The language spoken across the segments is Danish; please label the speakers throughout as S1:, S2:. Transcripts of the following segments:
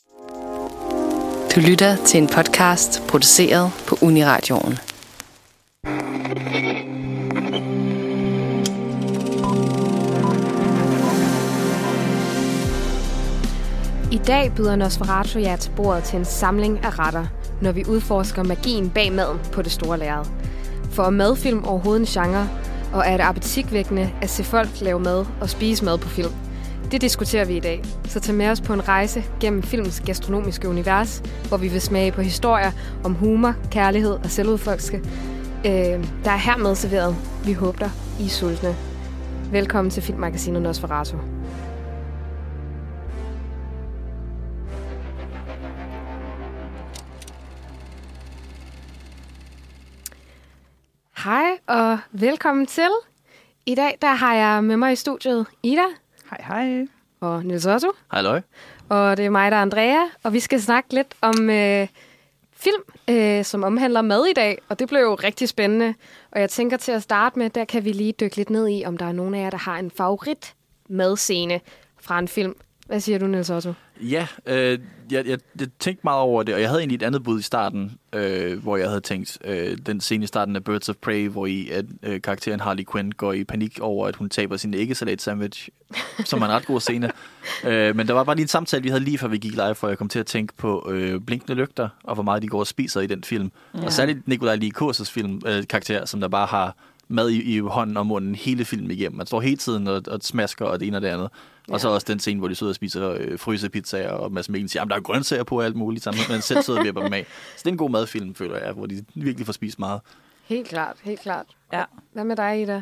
S1: Du lytter til en podcast produceret på Uniradioen.
S2: I dag byder Nosferatu jer til bordet til en samling af retter, når vi udforsker magien bag maden på det store lærred. For er madfilm overhovedet en genre, og er det appetitvækkende at se folk lave mad og spise mad på film? Det diskuterer vi i dag, så tag med os på en rejse gennem filmens gastronomiske univers, hvor vi vil smage på historier om humor, kærlighed og selvudfolkelse. Der er hermed serveret. Vi håber, I er sultne. Velkommen til filmmagasinet Nosferatu. Hej og velkommen til. I dag der har jeg med mig i studiet Ida.
S3: Hej, hej.
S2: Og Niels Otto.
S4: Halløj.
S2: Og det er mig, der er Andrea. Og vi skal snakke lidt om film, som omhandler mad i dag. Og det blev jo rigtig spændende. Og jeg tænker til at starte med, der kan vi lige dykke lidt ned i, om der er nogen af jer, der har en favorit madscene fra en film. Hvad siger du, Niels Otto?
S4: Ja, jeg tænkte meget over det, og jeg havde egentlig et andet bud i starten, hvor jeg havde tænkt den scene i starten af Birds of Prey, hvor karakteren Harley Quinn går i panik over, at hun taber sin æggesalat-sandwich, som er en ret god scene. Men der var bare lige en samtale, vi havde lige før vi gik live, hvor jeg kom til at tænke på Blinkende Lygter, og hvor meget de går og spiser i den film. Ja. Og særligt Nikolaj Lie Kaas' karakter, som der bare har mad i hånden og munden hele filmen igennem. Man står hele tiden og smasker og det ene og det andet. Ja. Og så også den scene, hvor de sidder og spiser frysepizzaer, og Mads Mikkelsen siger, at der er grøntsager på og alt muligt, sammen, men selv sidder og vipper dem af. Så det er en god madfilm, føler jeg, hvor de virkelig får spist meget.
S2: Helt klart, helt klart.
S3: Ja.
S2: Hvad med dig, Ida?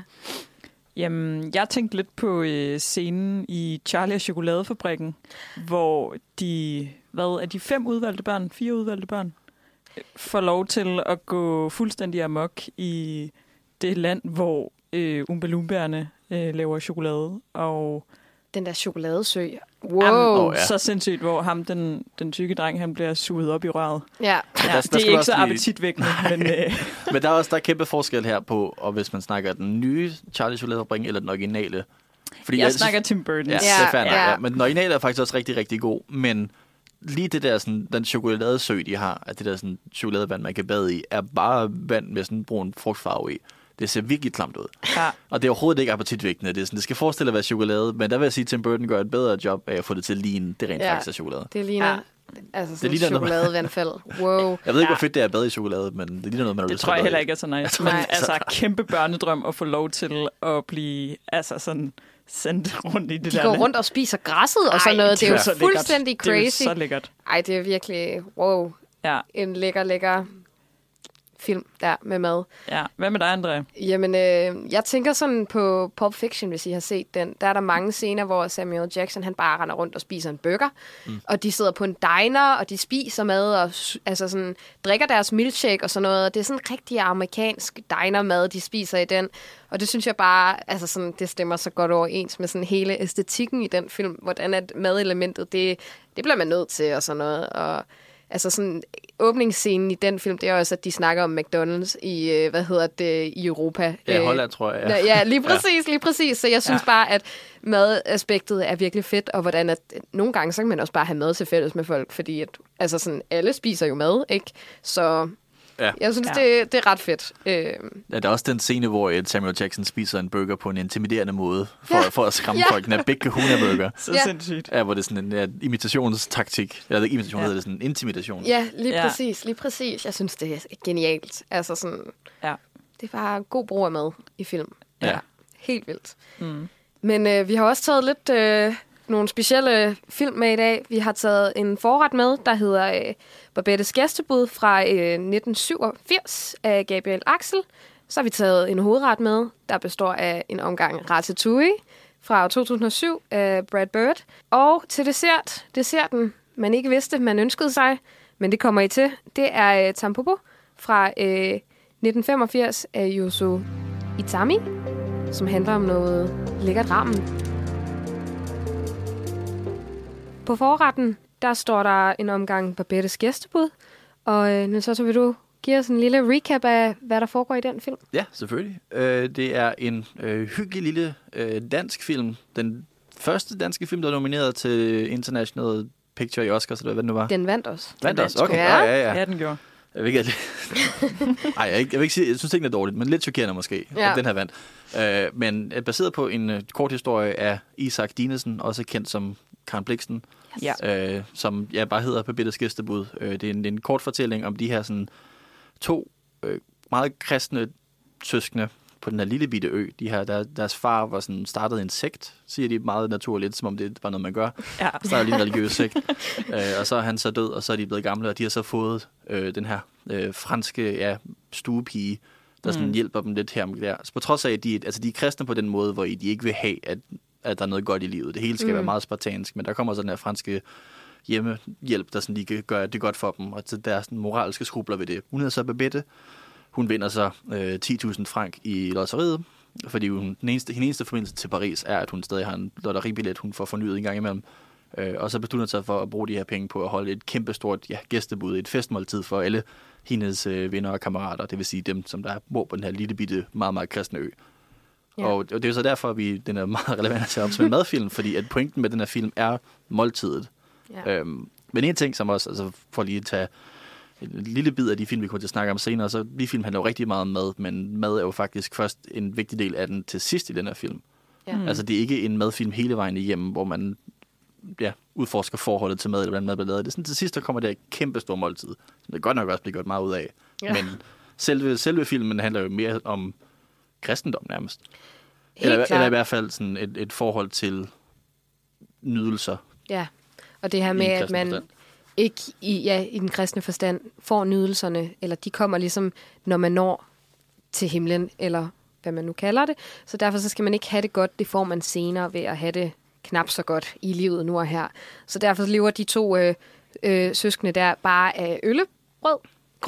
S3: Jamen, jeg tænkte lidt på scenen i Charlie og Chokoladefabrikken, hvor de 4 udvalgte børn, får lov til at gå fuldstændig amok i det land, hvor Oompa Loombaerne laver chokolade, og
S2: den der chokoladesø. Wow.
S3: Så sindssygt, hvor ham, den tykke dreng, han bliver suget op i røret.
S2: Ja.
S3: Det er ikke så appetitvækkende.
S4: Men der er kæmpe forskel her på, og hvis man snakker den nye Charlie Chokoladefabrik eller den originale. Fordi
S3: jeg snakker Tim Burton.
S4: Ja, det er fandme, ja. Men den originale er faktisk også rigtig, rigtig god. Men lige det der, sådan, den chokoladesø, de har, at det der sådan, chokoladevand, man kan bade i, er bare vand med sådan en brun frugtfarve i. Det ser virkelig klamt ud. Ja. Og det er overhovedet ikke appetitvækkende. Det skal forestille at være chokolade, men der vil jeg sige, at Tim Burton gør et bedre job af at få det til at ligne. Det rent faktisk er chokolade.
S2: Det ligner altså sådan et chokoladevandfald. Wow.
S4: Jeg ved ikke, hvor fedt det er at bade i chokolade, men det ligner noget, man
S3: det tror jeg heller ikke er så nice. Men altså, kæmpe børnedrøm at få lov til at blive sådan sendt rundt i det der.
S2: De går rundt og spiser græsset og sådan noget. Det er jo fuldstændig crazy.
S3: Det er så lækkert.
S2: Ej, det er virkelig, wow.
S3: Ja.
S2: En lækker film der med mad.
S3: Ja. Hvad med dig, Andrea?
S2: Jamen, jeg tænker sådan på Pulp Fiction, hvis I har set den. Der er der mange scener, hvor Samuel Jackson, han bare render rundt og spiser en burger. Og de sidder på en diner, og de spiser mad, og altså sådan, drikker deres milkshake og sådan noget. Det er sådan rigtig amerikansk diner-mad, de spiser i den. Og det synes jeg bare, altså sådan, det stemmer så godt overens med sådan hele æstetikken i den film. Hvordan at madelementet, det bliver man nødt til og sådan noget. Og altså sådan, åbningsscenen i den film, det er også, at de snakker om McDonald's i, i Europa.
S4: Ja, Holland, tror jeg.
S2: Ja, lige præcis. Så jeg synes bare, at madaspektet er virkelig fedt, og hvordan at nogle gange, så kan man også bare have mad til fælles med folk, fordi at, altså sådan, alle spiser jo mad, ikke? Så jeg synes, det er ret fedt.
S4: Ja, der er også den scene, hvor Samuel Jackson spiser en burger på en intimiderende måde, for at skræmme folk. Den er Big Kahuna burger.
S3: Så sindssygt.
S4: Ja, hvor det er sådan en imitationstaktik. Eller ikke imitation, hedder det sådan en intimidation.
S2: Ja, lige præcis. Jeg synes, det er genialt. Altså sådan, det er bare god brug af mad i film. Ja. Helt vildt. Mm. Men vi har også taget lidt nogle specielle film med i dag. Vi har taget en forret med, der hedder Babettes gæstebud fra 1987 af Gabriel Axel. Så har vi taget en hovedret med, der består af en omgang ratatouille fra 2007 af Brad Bird. Og til desserten, man ikke vidste, man ønskede sig, men det kommer I til, det er Tampopo fra 1985 af Yuzo Itami, som handler om noget lækkert ramen. På forretten, der står der en omgang Babettes gæstebud, og så vil du give os en lille recap af, hvad der foregår i den film.
S4: Ja, selvfølgelig. Det er en hyggelig lille dansk film. Den første danske film, der er nomineret til International Picture i Oscars, eller hvad det nu var.
S2: Den vandt også.
S4: Vandt også? Okay.
S3: Ja, den gjorde.
S4: Jeg vil ikke, jeg vil ikke sige, jeg synes ikke, det er dårligt, men lidt chokerende måske, at den her vandt. Men baseret på en kort historie af Isak Dinesen, også kendt som Karen Blixen, som bare hedder Babettes gæstebud. Det er en kort fortælling om de her sådan, 2 meget kristne søskende på den her lille bitte ø. Deres far var sådan startet en sekt, siger de meget naturligt, som om det var noget, man gør. Ja. Startede lige en religiøs sekt. Og så er han så død, og så er de blevet gamle, og de har så fået den her franske stuepige, der sådan hjælper dem lidt her og der. Så på trods af, at de er kristne på den måde, hvor de ikke vil have, at der er noget godt i livet. Det hele skal være meget spartansk, men der kommer så den her franske hjemmehjælp, der sådan lige kan gøre det godt for dem, og der er sådan moralske skrubler ved det. Hun hedder så Babette. Hun vinder så 10.000 franc i lotteriet, fordi hendes eneste forbindelse til Paris er, at hun stadig har en lotteribillet, hun får fornyet en gang imellem. Og så beslutter sig for at bruge de her penge på at holde et kæmpestort gæstebud, et festmåltid for alle hendes venner og kammerater, det vil sige dem, som der bor på den her lille bitte, meget, meget kristne ø. Ja. Og det er jo så derfor, at den er meget relevant til at som en madfilm, fordi at pointen med den her film er måltidet. Ja. Men en ting, som også, altså for lige at tage en lille bid af de film, vi kommer til at snakke om senere, så vi film handler jo rigtig meget om mad, men mad er jo faktisk først en vigtig del af den til sidst i den her film. Ja. Altså det er ikke en madfilm hele vejen igennem, hvor man udforsker forholdet til mad, eller hvordan mad bliver lavet. Det er sådan til sidst, der kommer der et kæmpe stort måltid, som det godt nok også bliver gjort meget ud af. Ja. Men selve filmen handler jo mere om kristendom nærmest. Eller i hvert fald sådan et forhold til nydelser. Ja,
S2: og det her med, at man ikke i den kristne forstand får nydelserne, eller de kommer ligesom, når man når til himlen, eller hvad man nu kalder det. Så derfor så skal man ikke have det godt, det får man senere ved at have det knap så godt i livet nu og her. Så derfor lever de 2 søskende der bare af grød.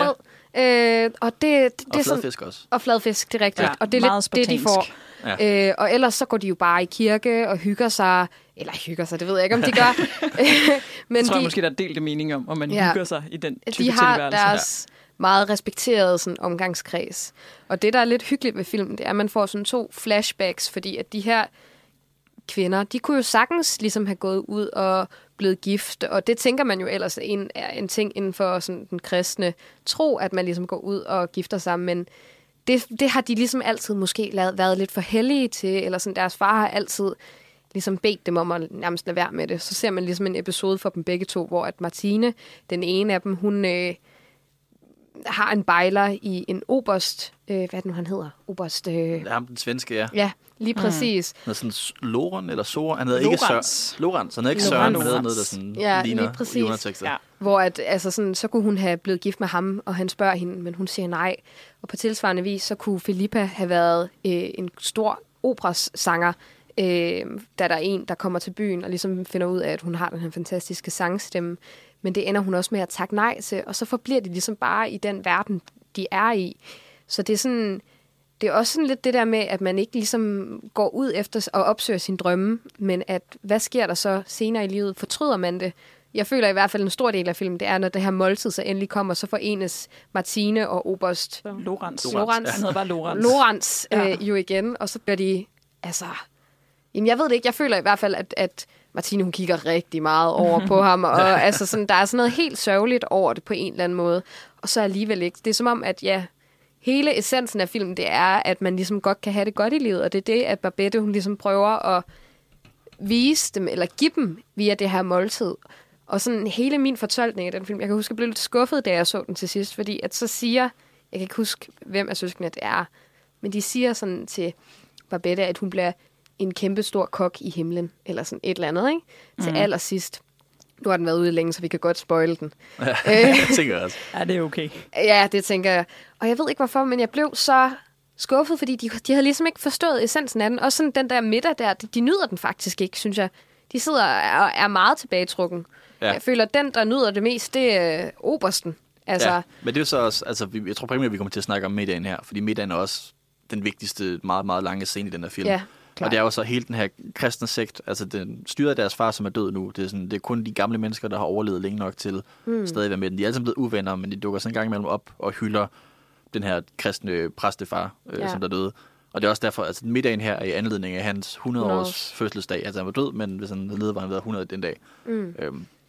S2: Og det
S4: og fladfisk også.
S2: Og fladfisk, det er rigtigt.
S3: Ja,
S2: og det er lidt det, de får. Ja. Og ellers så går de jo bare i kirke og hygger sig. Eller hygger sig, det ved jeg ikke, om de gør.
S3: Men jeg tror måske, der er delte mening om man hygger sig i den type tilværelse.
S2: De har deres meget respekterede sådan, omgangskreds. Og det, der er lidt hyggeligt ved filmen, det er, at man får sådan 2 flashbacks, fordi at de her kvinder, de kunne jo sagtens ligesom have gået ud og blevet gift, og det tænker man jo ellers er en ting inden for sådan, den kristne tro, at man ligesom går ud og gifter sig, men det har de ligesom altid måske været lidt for hellige til, eller sådan deres far har altid ligesom bedt dem om at nærmest lade være med det. Så ser man ligesom en episode for dem begge 2, hvor at Martine, den ene af dem, hun har en bejler i en oberst, hvad er det nu, han hedder? Oberst...
S4: Ham, den svenske, ja.
S2: Ja, lige præcis.
S4: Han hedder sådan Loren eller Sora. Han hedder ikke Søren. Lorenz. Han hedder ikke Søren, men noget, der sådan ligner i undertekster. Ja.
S2: Hvor at, altså sådan, så kunne hun have blevet gift med ham, og han spørger hende, men hun siger nej. Og på tilsvarende vis, så kunne Filippa have været en stor operasanger, da der er en, der kommer til byen og ligesom finder ud af, at hun har den her fantastiske sangstemme. Men det ender hun også med at takke nej til, og så forbliver de ligesom bare i den verden, de er i. Så det er sådan, det er også sådan lidt det der med, at man ikke ligesom går ud efter og opsøger sin drømme, men at hvad sker der så senere i livet? Fortryder man det? Jeg føler i hvert fald en stor del af filmen, det er, når det her måltid så endelig kommer, så forenes Martine og oberst
S3: Lorenz.
S2: Han hedder bare Lorenz jo igen, og så bliver de, altså... Jamen, jeg ved det ikke. Jeg føler i hvert fald, at Martine, hun kigger rigtig meget over på ham, og altså sådan, der er sådan noget helt sørgeligt over det på en eller anden måde, og så alligevel ikke. Det er som om, at hele essensen af filmen, det er, at man ligesom godt kan have det godt i livet, og det er det, at Babette, hun ligesom prøver at vise dem, eller give dem via det her måltid. Og sådan hele min fortolkning af den film, jeg kan huske, jeg blev lidt skuffet, da jeg så den til sidst, fordi at så siger, jeg kan ikke huske, hvem af søskende det er, men de siger sådan til Babette, at hun bliver en kæmpe stor kok i himlen, eller sådan et eller andet, ikke? Til allersidst. Nu har den været ude længe, så vi kan godt spoile den.
S4: Ja, det tænker jeg også.
S3: Ja, det er okay.
S2: Ja, det tænker jeg. Og jeg ved ikke hvorfor, men jeg blev så skuffet, fordi de havde ligesom ikke forstået essensen af den. Også sådan den der middag der, de nyder den faktisk ikke, synes jeg. De sidder og er meget tilbagetrukken. Ja. Jeg føler, at den, der nyder det mest, det er obersten. Altså,
S4: ja, men det er jo så også, altså, jeg tror primært, vi kommer til at snakke om middagen her, fordi middagen er også den vigtigste, meget, meget lange scene i den her film. Ja. Klar. Og det er jo så hele den her kristne sekt, altså den styrer deres far, som er død nu. Det er kun de gamle mennesker, der har overlevet længe nok til stadig at være med den. De er alle sammen blevet uvenner, men de dukker sådan en gang imellem op og hylder den her kristne præstefar, som der døde. Og det er også derfor, altså middagen her er i anledning af hans 100-års fødselsdag. Altså han var død, men hvis han levede, var han været 100 den dag.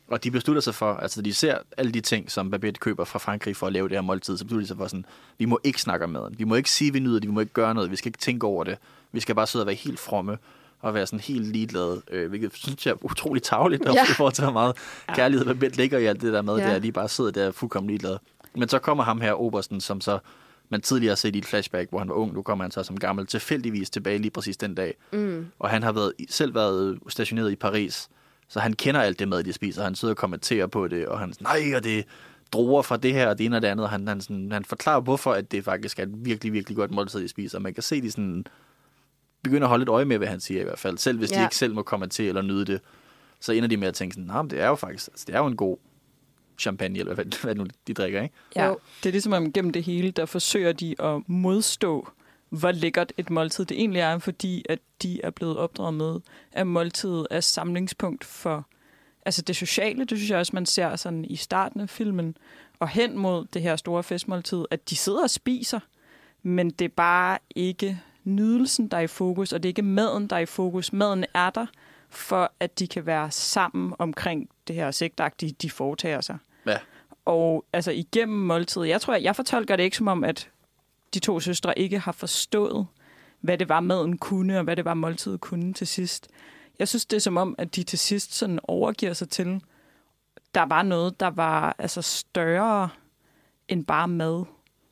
S4: Og de beslutter sig for, altså de ser alle de ting, som Babette køber fra Frankrig for at lave det her måltid, så beslutter de sig for sådan, vi må ikke snakke om maden. Vi må ikke sige, at vi nyder det, vi må ikke gøre noget, vi skal ikke tænke over det. Vi skal bare sidde og være helt fromme og være sådan helt ligeglade, hvilket synes jeg er utroligt tarveligt, i forhold til, hvor meget kærlighed Babette ligger i alt det der med, der de bare sidder der fuldkommen ligeglade. Men så kommer ham her, obersten, som så man tidligere har set i et flashback, hvor han var ung. Nu kommer han så som gammel tilfældigvis tilbage lige præcis den dag. Og han har selv været stationeret i Paris, så han kender alt det mad, de spiser. Han sidder og kommenterer på det, og han nej, og det druer fra det her og det ene og det andet. Og han forklarer, hvorfor at det faktisk er et virkelig, virkelig godt måltid, de spiser. Man kan se, de sådan begynder at holde lidt øje med, hvad han siger i hvert fald. Selv hvis de ikke selv må kommentere eller nyde det, så ender de med at tænke sådan, nej, det er jo faktisk, altså, det er jo en god champagne, eller hvad nu de drikker, ikke?
S3: Ja, det er ligesom om gennem det hele, der forsøger de at modstå, hvor lækkert et måltid det egentlig er, fordi at de er blevet opdraget med, at måltidet er samlingspunkt for altså det sociale. Det synes jeg også, man ser sådan i starten af filmen, og hen mod det her store festmåltid, at de sidder og spiser, men det er bare ikke nydelsen, der er i fokus, og det er ikke maden, der er i fokus. Maden er der, for at de kan være sammen omkring det her sektagtige, de foretager sig.
S4: Ja.
S3: Og altså igennem måltidet, jeg fortolker det ikke som om, at de to søstre ikke har forstået, hvad det var maden kunne, og hvad det var måltidet kunne til sidst. Jeg synes, det er som om, at de til sidst sådan overgiver sig til, der var noget, der var altså større end bare mad.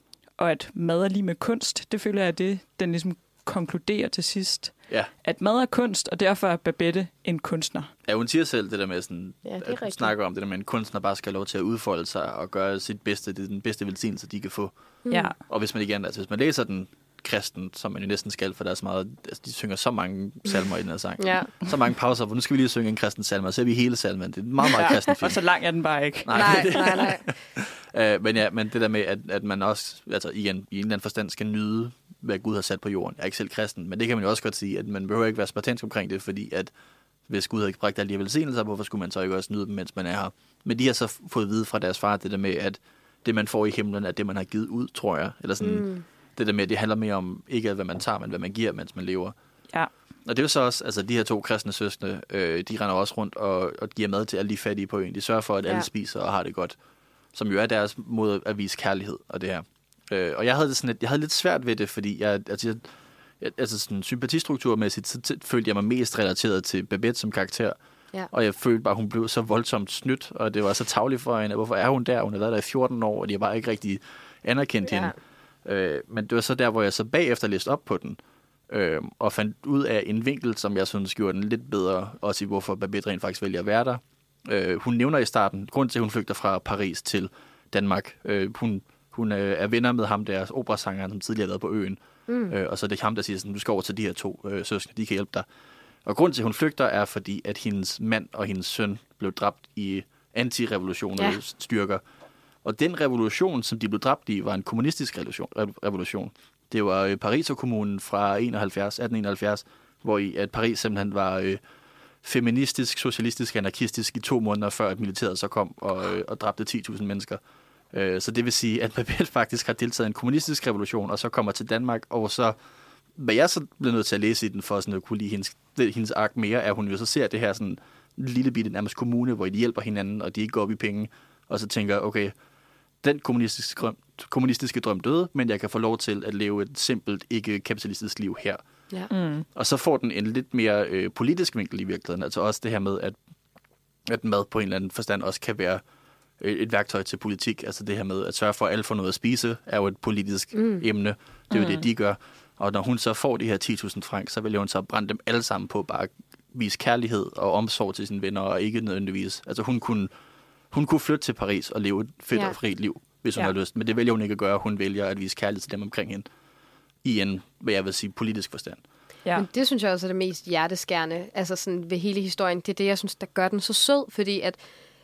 S3: Og at mad er lige med kunst, det føler jeg, det den ligesom konkluderer til sidst.
S4: Ja.
S3: At mad er kunst, og derfor er Babette en kunstner.
S4: Ja, hun siger selv det der med sådan,
S2: at hun
S4: snakker om det der med, at en kunstner bare skal have lov til at udfolde sig og gøre sit bedste. Det er den bedste velsignelse, de kan få.
S3: Ja.
S4: Og hvis man igen, altså hvis man læser den kristen, som man jo næsten skal, for der er så meget, altså de synger så mange salmer i den her sang.
S2: Ja.
S4: Så mange pauser, hvor nu skal vi lige synge en kristen salme, og så er vi hele salmen. Det er en meget, meget kristen film.
S3: Og så lang er den bare ikke.
S2: Nej.
S4: Men det der med, at man også, altså igen, i en eller anden forstand skal nyde, hvad Gud har sat på jorden. Jeg er ikke selv kristen, men det kan man jo også godt sige, at man behøver ikke være spartansk omkring det, fordi at hvis Gud har ikke bragt alle de her velsignelser, hvorfor skulle man så ikke også nyde dem, mens man er her? Men de har så fået at vide fra deres far, det der med, at det man får i himlen, er det man har givet ud, tror jeg. Eller sådan, det der med, at det handler mere om, ikke hvad man tager, men hvad man giver, mens man lever.
S3: Ja.
S4: Og det er jo så også, altså de her to kristne søstre, de render også rundt og giver mad til alle de fattige på øen. De sørger for, at alle spiser og har det godt. Som jo er deres måde at vise kærlighed og det her. Og jeg havde lidt svært ved det, fordi altså sådan sympatistrukturmæssigt, så følte jeg mig mest relateret til Babette som karakter. Ja. Og jeg følte bare, at hun blev så voldsomt snydt, og det var så tarveligt for hende. Hvorfor er hun der? Hun har været der i 14 år, og de har bare ikke rigtig anerkendt hende. Men det var så der, hvor jeg så bagefter læste op på den, og fandt ud af en vinkel, som jeg synes gjorde den lidt bedre, også i hvorfor Babette rent faktisk vælger at være der. Hun nævner i starten, grund til, at hun flygter fra Paris til Danmark. Hun er venner med ham, deres operasangeren, som tidligere har været på øen. Og så er det ham, der siger sådan, du skal over til de her to søskende, de kan hjælpe dig. Og grund til, at hun flygter, er fordi, at hendes mand og hendes søn blev dræbt i antirevolutionelle styrker. Og den revolution, som de blev dræbt i, var en kommunistisk revolution. Det var Pariserkommunen fra 1871, hvor at Paris simpelthen var feministisk, socialistisk, anarkistisk i 2 måneder før, at militæret så kom og dræbte 10.000 mennesker. Så det vil sige, at Babette faktisk har deltaget i en kommunistisk revolution, og så kommer til Danmark, og så, hvad jeg så blev nødt til at læse i den, for sådan at kunne lide hendes ark mere, er, hun jo så ser det her sådan lille bitte nærmest kommune, hvor de hjælper hinanden, og de ikke går op i penge, og så tænker, okay, den kommunistiske drøm døde, men jeg kan få lov til at leve et simpelt, ikke-kapitalistisk liv her. Ja. Og så får den en lidt mere politisk vinkel i virkeligheden, altså også det her med, at mad på en eller anden forstand også kan være et værktøj til politik, altså det her med at sørge for, at alle får noget at spise, er jo et politisk emne. Det er jo det, de gør. Og når hun så får de her 10.000 francs, så vil hun så brænde dem alle sammen på bare vise kærlighed og omsorg til sine venner, og ikke nødvendigvis. Altså hun kunne flytte til Paris og leve et fedt og frit liv, hvis hun har lyst. Men det vælger hun ikke at gøre. Hun vælger at vise kærlighed til dem omkring hende. I en, hvad jeg vil sige, politisk forstand.
S2: Ja. Men det synes jeg også er det mest hjerteskærende, altså sådan ved hele historien. Det er det, jeg synes, der gør den så sød, fordi at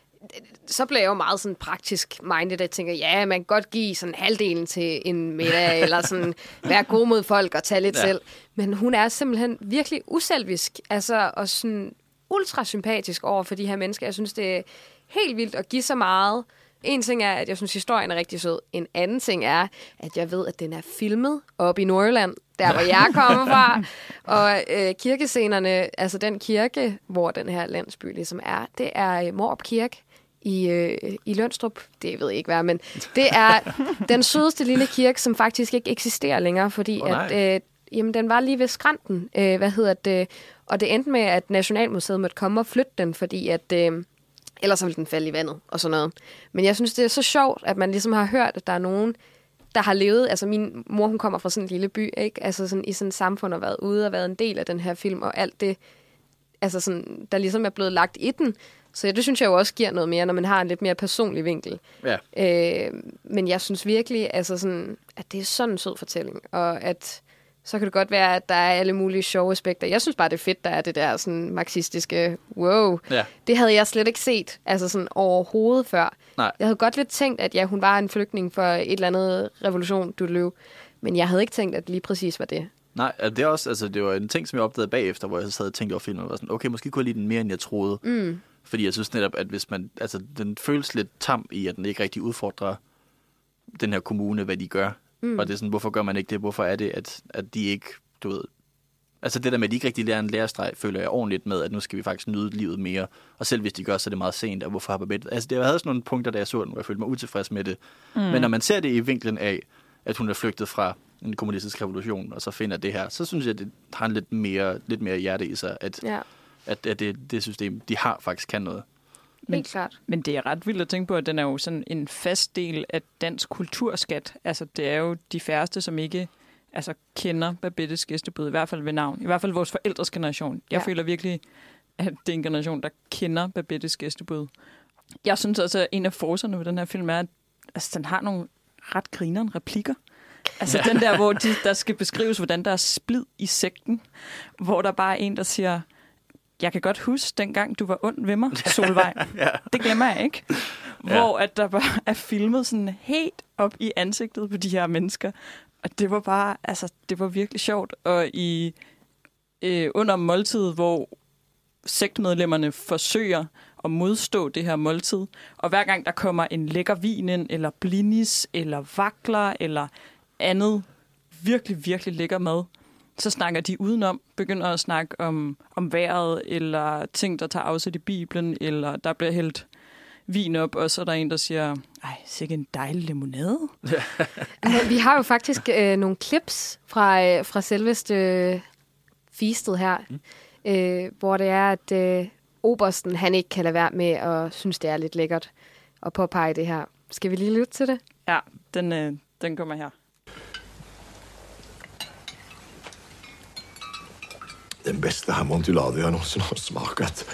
S2: så bliver jeg jo meget sådan praktisk minded, jeg tænker, ja, man kan godt give sådan halvdelen til en middag, eller sådan være god mod folk og tage lidt selv. Men hun er simpelthen virkelig uselvisk, altså, og sådan ultra sympatisk over for de her mennesker. Jeg synes, det er helt vildt at give så meget en ting er, at jeg synes, historien er rigtig sød. En anden ting er, at jeg ved, at den er filmet oppe i Nordjylland, der hvor jeg kommer fra. Og kirkescenerne, altså den kirke, hvor den her landsby ligesom er, det er Mårup Kirke i Lønstrup. Det ved jeg ikke hvad, men det er den sødeste lille kirke, som faktisk ikke eksisterer længere, fordi jamen, den var lige ved skrænten. Og det endte med, at Nationalmuseet måtte komme og flytte den, fordi at ellers ville den falde i vandet og sådan noget. Men jeg synes, det er så sjovt, at man ligesom har hørt, at der er nogen, der har levet. Altså min mor, hun kommer fra sådan en lille by, ikke? Altså sådan, i sådan et samfund og været ude og været en del af den her film, og alt det, altså sådan, der ligesom er blevet lagt i den. Så det synes jeg jo også giver noget mere, når man har en lidt mere personlig vinkel.
S4: Ja.
S2: Men jeg synes virkelig, altså sådan, at det er sådan en sød fortælling, og at så kan det godt være, at der er alle mulige sjove aspekter. Jeg synes bare, det er fedt, der er det der sådan marxistiske, wow. Ja. Det havde jeg slet ikke set, altså sådan overhovedet før. Nej. Jeg havde godt lidt tænkt, at ja, hun var en flygtning for et eller andet revolution, du løb. Men jeg havde ikke tænkt, at lige præcis var det.
S4: Nej, det er også, altså det var en ting, som jeg opdagede bagefter, hvor jeg havde tænkt over filmen, og var sådan, okay, måske kunne jeg lide den mere, end jeg troede. Mm. Fordi jeg synes netop, at hvis man, altså den føles lidt tam i, at den ikke rigtig udfordrer den her kommune, hvad de gør. Mm. Og det er sådan, hvorfor gør man ikke det? Hvorfor er det, at de ikke, du ved... Altså det der med, at de ikke rigtig lærer en lærestreg, føler jeg ordentligt med, at nu skal vi faktisk nyde livet mere. Og selv hvis de gør, så er det meget sent, og hvorfor har Babette... Altså det havde sådan nogle punkter, da jeg så den, hvor jeg følte mig utilfreds med det. Mm. Men når man ser det i vinklen af, at hun er flygtet fra en kommunistisk revolution, og så finder det her, så synes jeg, at det har en lidt mere hjerte i sig, at det system, de har, faktisk kan noget.
S2: Helt klart.
S3: Men det er ret vildt at tænke på, at den er jo sådan en fast del af dansk kulturskat. Altså, det er jo de færreste, som ikke kender Babettes gæstebud, i hvert fald ved navn. I hvert fald vores forældres generation. Jeg føler virkelig, at det er en generation, der kender Babettes gæstebud. Jeg synes også, at en af forserne ved den her film er, at den har nogle ret grinerende replikker. Altså den der, hvor der skal beskrives, hvordan der er splid i sekten, hvor der bare er en, der siger... Jeg kan godt huske, dengang du var ond ved mig, Solvej. Ja. Det glemmer jeg ikke. Hvor at der bare er filmet sådan helt op i ansigtet på de her mennesker. Og det var bare, det var virkelig sjovt. Og under måltidet, hvor sektmedlemmerne forsøger at modstå det her måltid. Og hver gang der kommer en lækker vin ind, eller blinis, eller vakler, eller andet virkelig, virkelig lækker mad, så snakker de udenom, begynder at snakke om vejret, eller ting, der tager afsæt i Bibelen, eller der bliver hældt vin op, og så er der en, der siger, ej, sikke en dejlig limonade.
S2: Vi har jo faktisk nogle clips fra selveste feastet her, hvor det er, at obersten, han ikke kan lade være med at synes, det er lidt lækkert at påpege det her. Skal vi lige lytte til det?
S3: Ja, den kommer her.
S5: Den bästa hamontilade jag någonsin har smakat.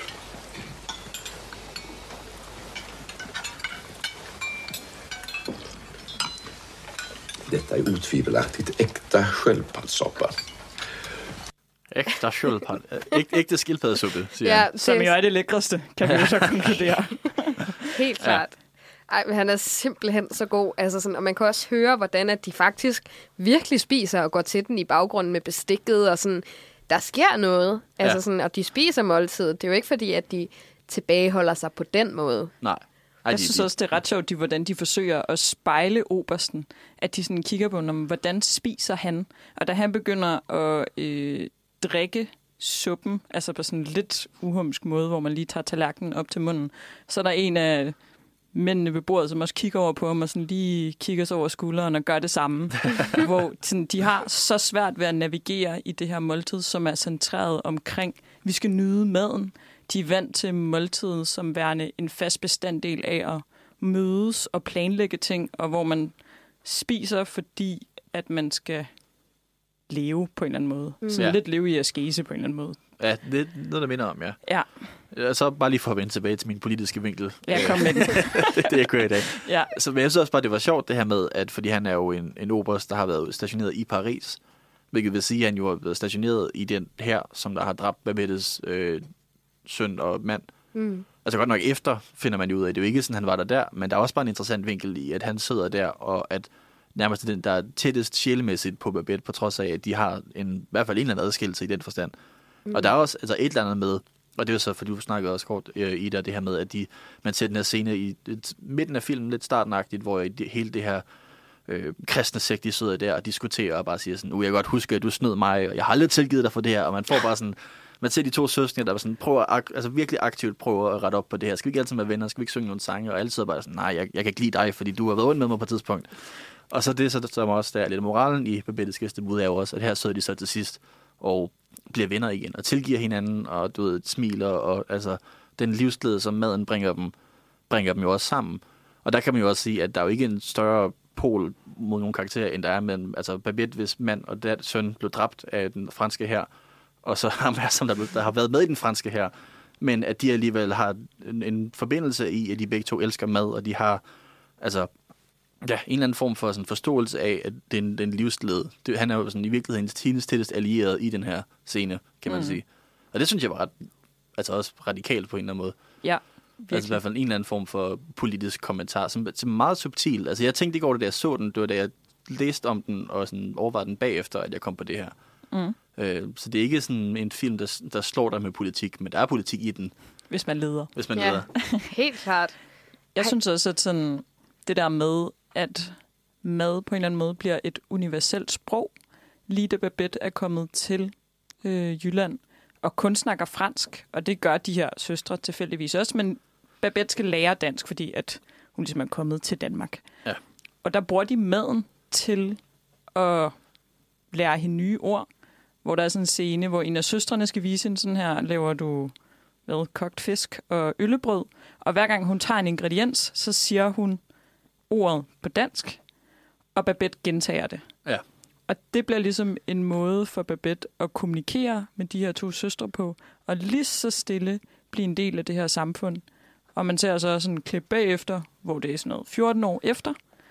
S5: Detta är otvivelaktigt äkta sköldpaddssoppa.
S4: Ægte sköldpadd. Ægte skildpaddesuppe, siger han.
S3: Som jo er det lækreste, kan vi jo så konkludere.
S2: Helt klart. Ej, men han er simpelthen så god. Altså sådan, og man kan også høre, hvordan at de faktisk virkelig spiser og går til den i baggrunden med bestikket og sådan... Der sker noget, altså sådan, og de spiser måltidet. Det er jo ikke fordi, at de tilbageholder sig på den måde.
S4: Nej.
S3: Jeg synes også, det er ret sjovt, hvordan de forsøger at spejle obersten. At de sådan kigger på, hvordan spiser han? Og da han begynder at drikke suppen, altså på sådan en lidt uhumsk måde, hvor man lige tager tallerkenen op til munden, så er der en af mændene ved bordet, som også kigger over på ham og sådan lige kigger sig over skulderen og gør det samme. Hvor sådan, de har så svært ved at navigere i det her måltid, som er centreret omkring, vi skal nyde maden. De er vant til måltiden som værende en fast bestanddel af at mødes og planlægge ting, og hvor man spiser, fordi at man skal leve på en eller anden måde. Så lidt leve i askese på en eller anden måde.
S4: Ja, det er noget, der minder om, ja.
S3: Ja.
S4: Så bare lige for at vende tilbage til min politiske vinkel.
S3: Ja, kom med den.
S4: det jeg kører i dag.
S3: Ja.
S4: Så men jeg synes også bare, det var sjovt det her med, at fordi han er jo en oberst, der har været stationeret i Paris, hvilket vil sige, at han jo har været stationeret i den her, som der har dræbt Babettes søn og mand. Mm. Altså godt nok efter finder man jo ud af, det er jo ikke sådan, han var der, men der er også bare en interessant vinkel i, at han sidder der, og at nærmest den, der er tættest sjælemæssigt på Babette, på trods af, at de har i hvert fald en eller anden adskillelse i den forstand. Mm. Og der er også et eller andet med, Og det er jo så, fordi du snakkede også kort, Ida, det her med, at man ser den her scene i midten af filmen, lidt startenagtigt, hvor hele det her kristne sekt, de sidder der og diskuterer og bare siger sådan, jeg kan godt huske, at du snød mig, og jeg har aldrig tilgivet dig for det her, og man får bare sådan, man ser de to søskende, der sådan prøver, virkelig aktivt prøver at rette op på det her. Skal vi ikke altid være venner? Skal vi ikke synge nogle sange? Og alle sidder bare sådan, nej, jeg kan ikke lide dig, fordi du har været ondt med mig på et tidspunkt. Og så det, som også der er lidt moralen i Babettes gæstebud, er jo også, at her sidder de så til sidst og bliver venner igen, og tilgiver hinanden, og du ved, smiler, og altså den livsglæde, som maden bringer dem jo også sammen. Og der kan man jo også sige, at der er jo ikke en større pol mod nogle karakterer, end der er mellem, altså Babette, hvis mand og søn blev dræbt af den franske hær, og så ham her, som der har været med i den franske hær, men at de alligevel har en forbindelse i, at de begge to elsker mad, og de har altså en eller anden form for sådan forståelse af, at den livsglæde. Han er jo sådan i virkeligheden hendes tættest allieret i den her scene, kan man sige. Og det synes jeg var også radikalt på en eller anden måde.
S3: Ja.
S4: Virkelig. Altså i hvert fald en eller anden form for politisk kommentar, som er meget subtil. Altså jeg tænkte ikke over det, da jeg så den. Det var da jeg læste om den, og sådan overvejede den bagefter, at jeg kom på det her. Så det er ikke sådan en film, der slår dig med politik, men der er politik i den.
S3: Hvis man leder.
S4: Hvis man leder.
S2: Helt klart.
S3: Jeg synes også, at sådan, det der med, at mad på en eller anden måde bliver et universelt sprog, lige da Babette er kommet til Jylland, og kun snakker fransk, og det gør de her søstre tilfældigvis også, men Babette skal lære dansk, fordi at hun ligesom er kommet til Danmark.
S4: Ja.
S3: Og der bruger de maden til at lære hende nye ord, hvor der er sådan en scene, hvor en af søstrene skal vise hende sådan her, laver du kogt fisk og øllebrød, og hver gang hun tager en ingrediens, så siger hun ordet på dansk, og Babette gentager det.
S4: Ja.
S3: Og det bliver ligesom en måde for Babette at kommunikere med de her to søstre på, og lige så stille blive en del af det her samfund. Og man ser så sådan en klip bagefter, hvor det er sådan noget 14 år efter,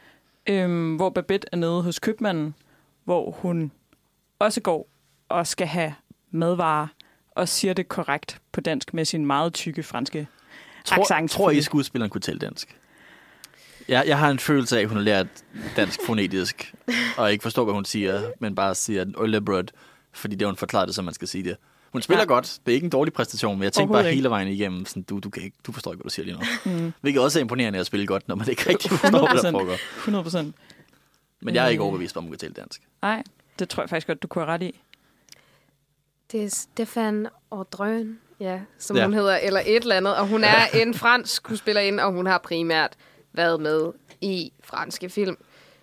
S3: hvor Babette er nede hos købmanden, hvor hun også går og skal have madvarer, og siger det korrekt på dansk med sin meget tykke franske accent.
S4: Tror I, skuespilleren kunne tale dansk? Jeg har en følelse af, at hun har lært dansk fonetisk, og ikke forstår, hvad hun siger, men bare siger øllebrød, fordi det hun forklaret det, som man skal sige det. Hun spiller godt. Det er ikke en dårlig præstation, men jeg tænker bare hele vejen igennem, sådan, du forstår ikke, hvad du siger lige nu. Hvilket også er imponerende at spille godt, når man ikke rigtig forstår, hvad der foregår.
S3: 100%.
S4: Men jeg er ikke overbevist, om hun kan tale dansk.
S3: Nej, det tror jeg faktisk godt, du kunne have ret i.
S2: Det er Stefan Audrøn, som hun hedder, eller et eller andet. Og hun er en fransk skuespillerinde, og hun har primært været med i franske film.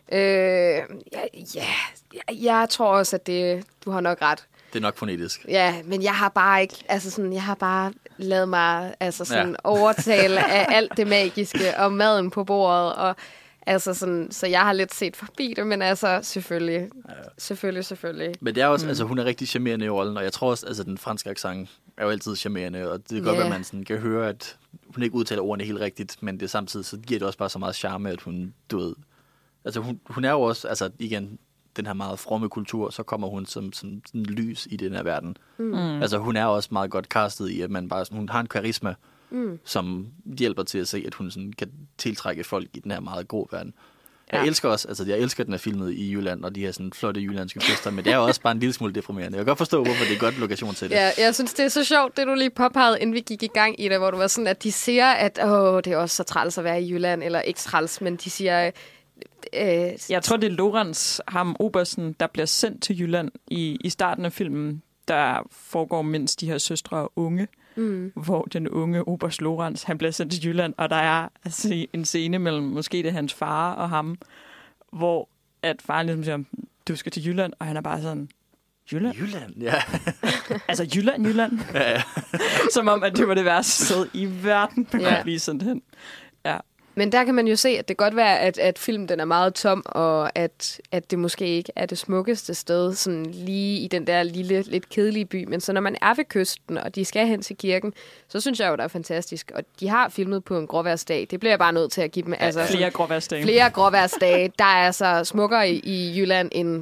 S2: Jeg tror også, at du har nok ret.
S4: Det er nok fonetisk.
S2: Ja, men jeg har bare ikke, jeg har bare lavet mig overtale af alt det magiske og maden på bordet, og så jeg har lidt set forbi det, men selvfølgelig. Men
S4: det er også, hun er rigtig charmerende i rollen, og jeg tror også, den franske accent er jo altid charmerende, og det kan godt være, at man sådan kan høre, at hun ikke udtaler ordene helt rigtigt, men det samtidig, så giver det også bare så meget charme, at hun, hun er jo også, igen, den her meget fromme kultur, så kommer hun som sådan lys i den her verden. Hun er også meget godt castet i, at man bare, hun har en karisma, som hjælper til at se, at hun sådan kan tiltrække folk i den her meget grå verden. Jeg elsker også, jeg elsker den her filmet i Jylland, og de her sådan flotte jyllandske kyster, men det er jo også bare en lille smule deprimerende. Jeg kan godt forstå, hvorfor det er godt lokation til det.
S2: Ja, jeg synes, det er så sjovt, det du lige påpegede, inden vi gik i gang i det, hvor du var sådan, at de siger, at det er også så træls at være i Jylland, eller ikke træls, men de siger...
S3: Jeg tror, det er Lorenz, ham Obersen, der bliver sendt til Jylland i starten af filmen, der foregår, mens de her søstre er unge, hvor den unge Oberst Lorenz, han bliver sendt til Jylland, og der er en scene mellem måske det er hans far og ham, hvor at faren ligesom siger, du skal til Jylland, og han er bare sådan, Jylland?
S4: Jylland, ja.
S3: Jylland.
S4: Ja.
S3: Som om, at det var det værste sted i verden, man kunne blive sendt hen. Ja.
S2: Men der kan man jo se, at det godt være, at filmen den er meget tom, og at det måske ikke er det smukkeste sted, sådan lige i den der lille, lidt kedelige by. Men så når man er ved kysten, og de skal hen til kirken, så synes jeg jo, det er fantastisk. Og de har filmet på en gråværsdag. Det bliver jeg bare nødt til at give dem.
S3: Flere gråværsdage.
S2: Flere gråværsdage. Der er altså smukkere i Jylland end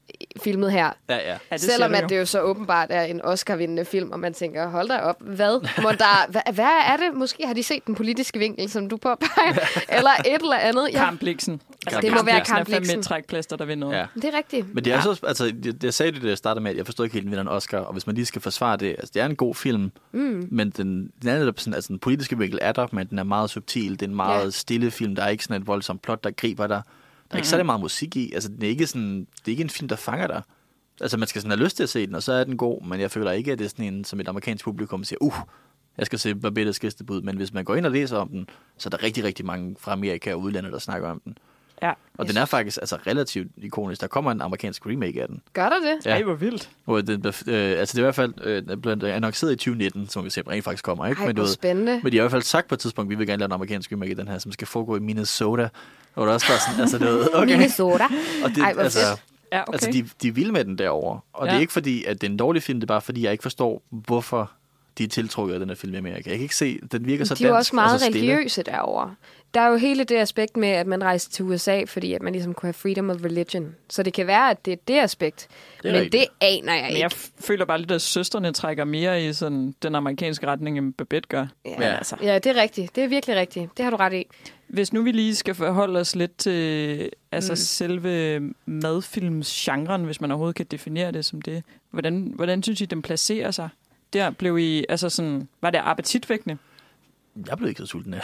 S2: filmet her.
S4: Ja.
S2: Selvom at det jo så åbenbart er en Oscar-vindende film, og man tænker, hold da op, hvad er det? Måske har de set den politiske vinkel, som du påpeger, eller et eller andet.
S3: Kampliksen.
S2: Altså, det må være Kampliksen.
S3: Det er 5 trækplaster, der vinder noget.
S4: Ja.
S2: Det er rigtigt.
S4: Men det er så, altså, jeg sagde det, da jeg startede med, at jeg forstår ikke helt, den vinder en Oscar, og hvis man lige skal forsvare det, altså, det er en god film, men den er sådan, altså, den politiske vinkel er der, men den er meget subtil, det er en meget stille film, der er ikke sådan et voldsomt plot, der griber dig. Der er ikke særlig meget musik i. Altså, det er ikke en film, der fanger dig. Altså, man skal sådan have lyst til at se den, og så er den god, men jeg føler ikke, at det er sådan en, som et amerikansk publikum siger, jeg skal se Barbettes Gæstebud, men hvis man går ind og læser om den, så er der rigtig, rigtig mange fra Amerika og udlandet, der snakker om den.
S3: Ja.
S4: Og den er faktisk altså relativt ikonisk. Der kommer en amerikansk remake af den.
S2: Gør der det?
S4: Ja.
S3: Ej, hvor vildt.
S4: Altså, det er i hvert fald blevet annonceret i 2019, som vi ser, rent faktisk kommer. Ikke?
S2: Ej, hvor spændende.
S4: Men de har i hvert fald sagt på et tidspunkt, at vi vil gerne lave en amerikansk remake af den her, som skal foregå i Minnesota. Og der er også bare sådan, altså det okay.
S2: Minnesota.
S4: Og det,
S2: Ej, hvor
S4: altså,
S3: ja, okay.
S4: altså de vil med den derovre. Og det er ikke fordi, at det er en dårlig film, det er bare fordi, jeg ikke forstår, hvorfor de er tiltrukket af den her film i Amerika. Jeg kan ikke se, den virker så dansk.
S2: De er jo også meget
S4: så
S2: religiøse derovre. Der er jo hele det aspekt med, at man rejser til USA, fordi at man ligesom kunne have freedom of religion. Så det kan være, at det er det aspekt. Men rigtigt. Det aner jeg ikke.
S3: Men jeg føler bare lidt, at søstrene trækker mere i sådan den amerikanske retning, end Babette gør.
S2: Ja, det er rigtigt. Det er virkelig rigtigt. Det har du ret i.
S3: Hvis nu vi lige skal forholde os lidt til selve madfilmsgenren, hvis man overhovedet kan definere det som det. Hvordan synes I, den placerer sig? Der blev I, altså sådan, var det appetitvækkende?
S4: Jeg blev ikke så sulten af.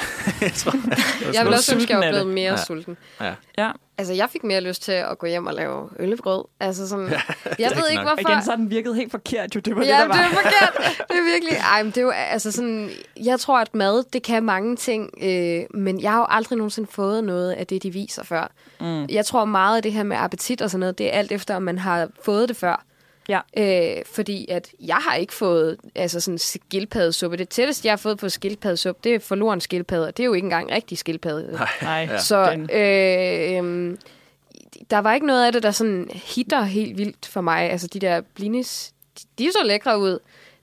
S2: Jeg vil også ønske, at jeg var blevet mere sulten.
S3: Ja.
S2: Altså, jeg fik mere lyst til at gå hjem og lave øllebrød. Altså sådan, jeg ved ikke, hvorfor.
S3: Igen, så har den virket helt forkert, jo. Det var
S2: det, der var. Ja, det er forkert. Det er virkelig. Ej, men det er jo, altså sådan, jeg tror, at mad, det kan mange ting, men jeg har jo aldrig nogensinde fået noget af det, de viser før. Jeg tror meget af det her med appetit og sådan noget, det er alt efter, om man har fået det før. Ja. Fordi at jeg har ikke fået altså sådan skildpaddesuppe. Det tætteste, jeg har fået på skildpaddesuppe, det er forloren skildpadde. Det er jo ikke engang rigtig skildpadde.
S3: Nej.
S2: Så der var ikke noget af det, der sådan hitter helt vildt for mig. Altså de der blinis, de er så lækre ud.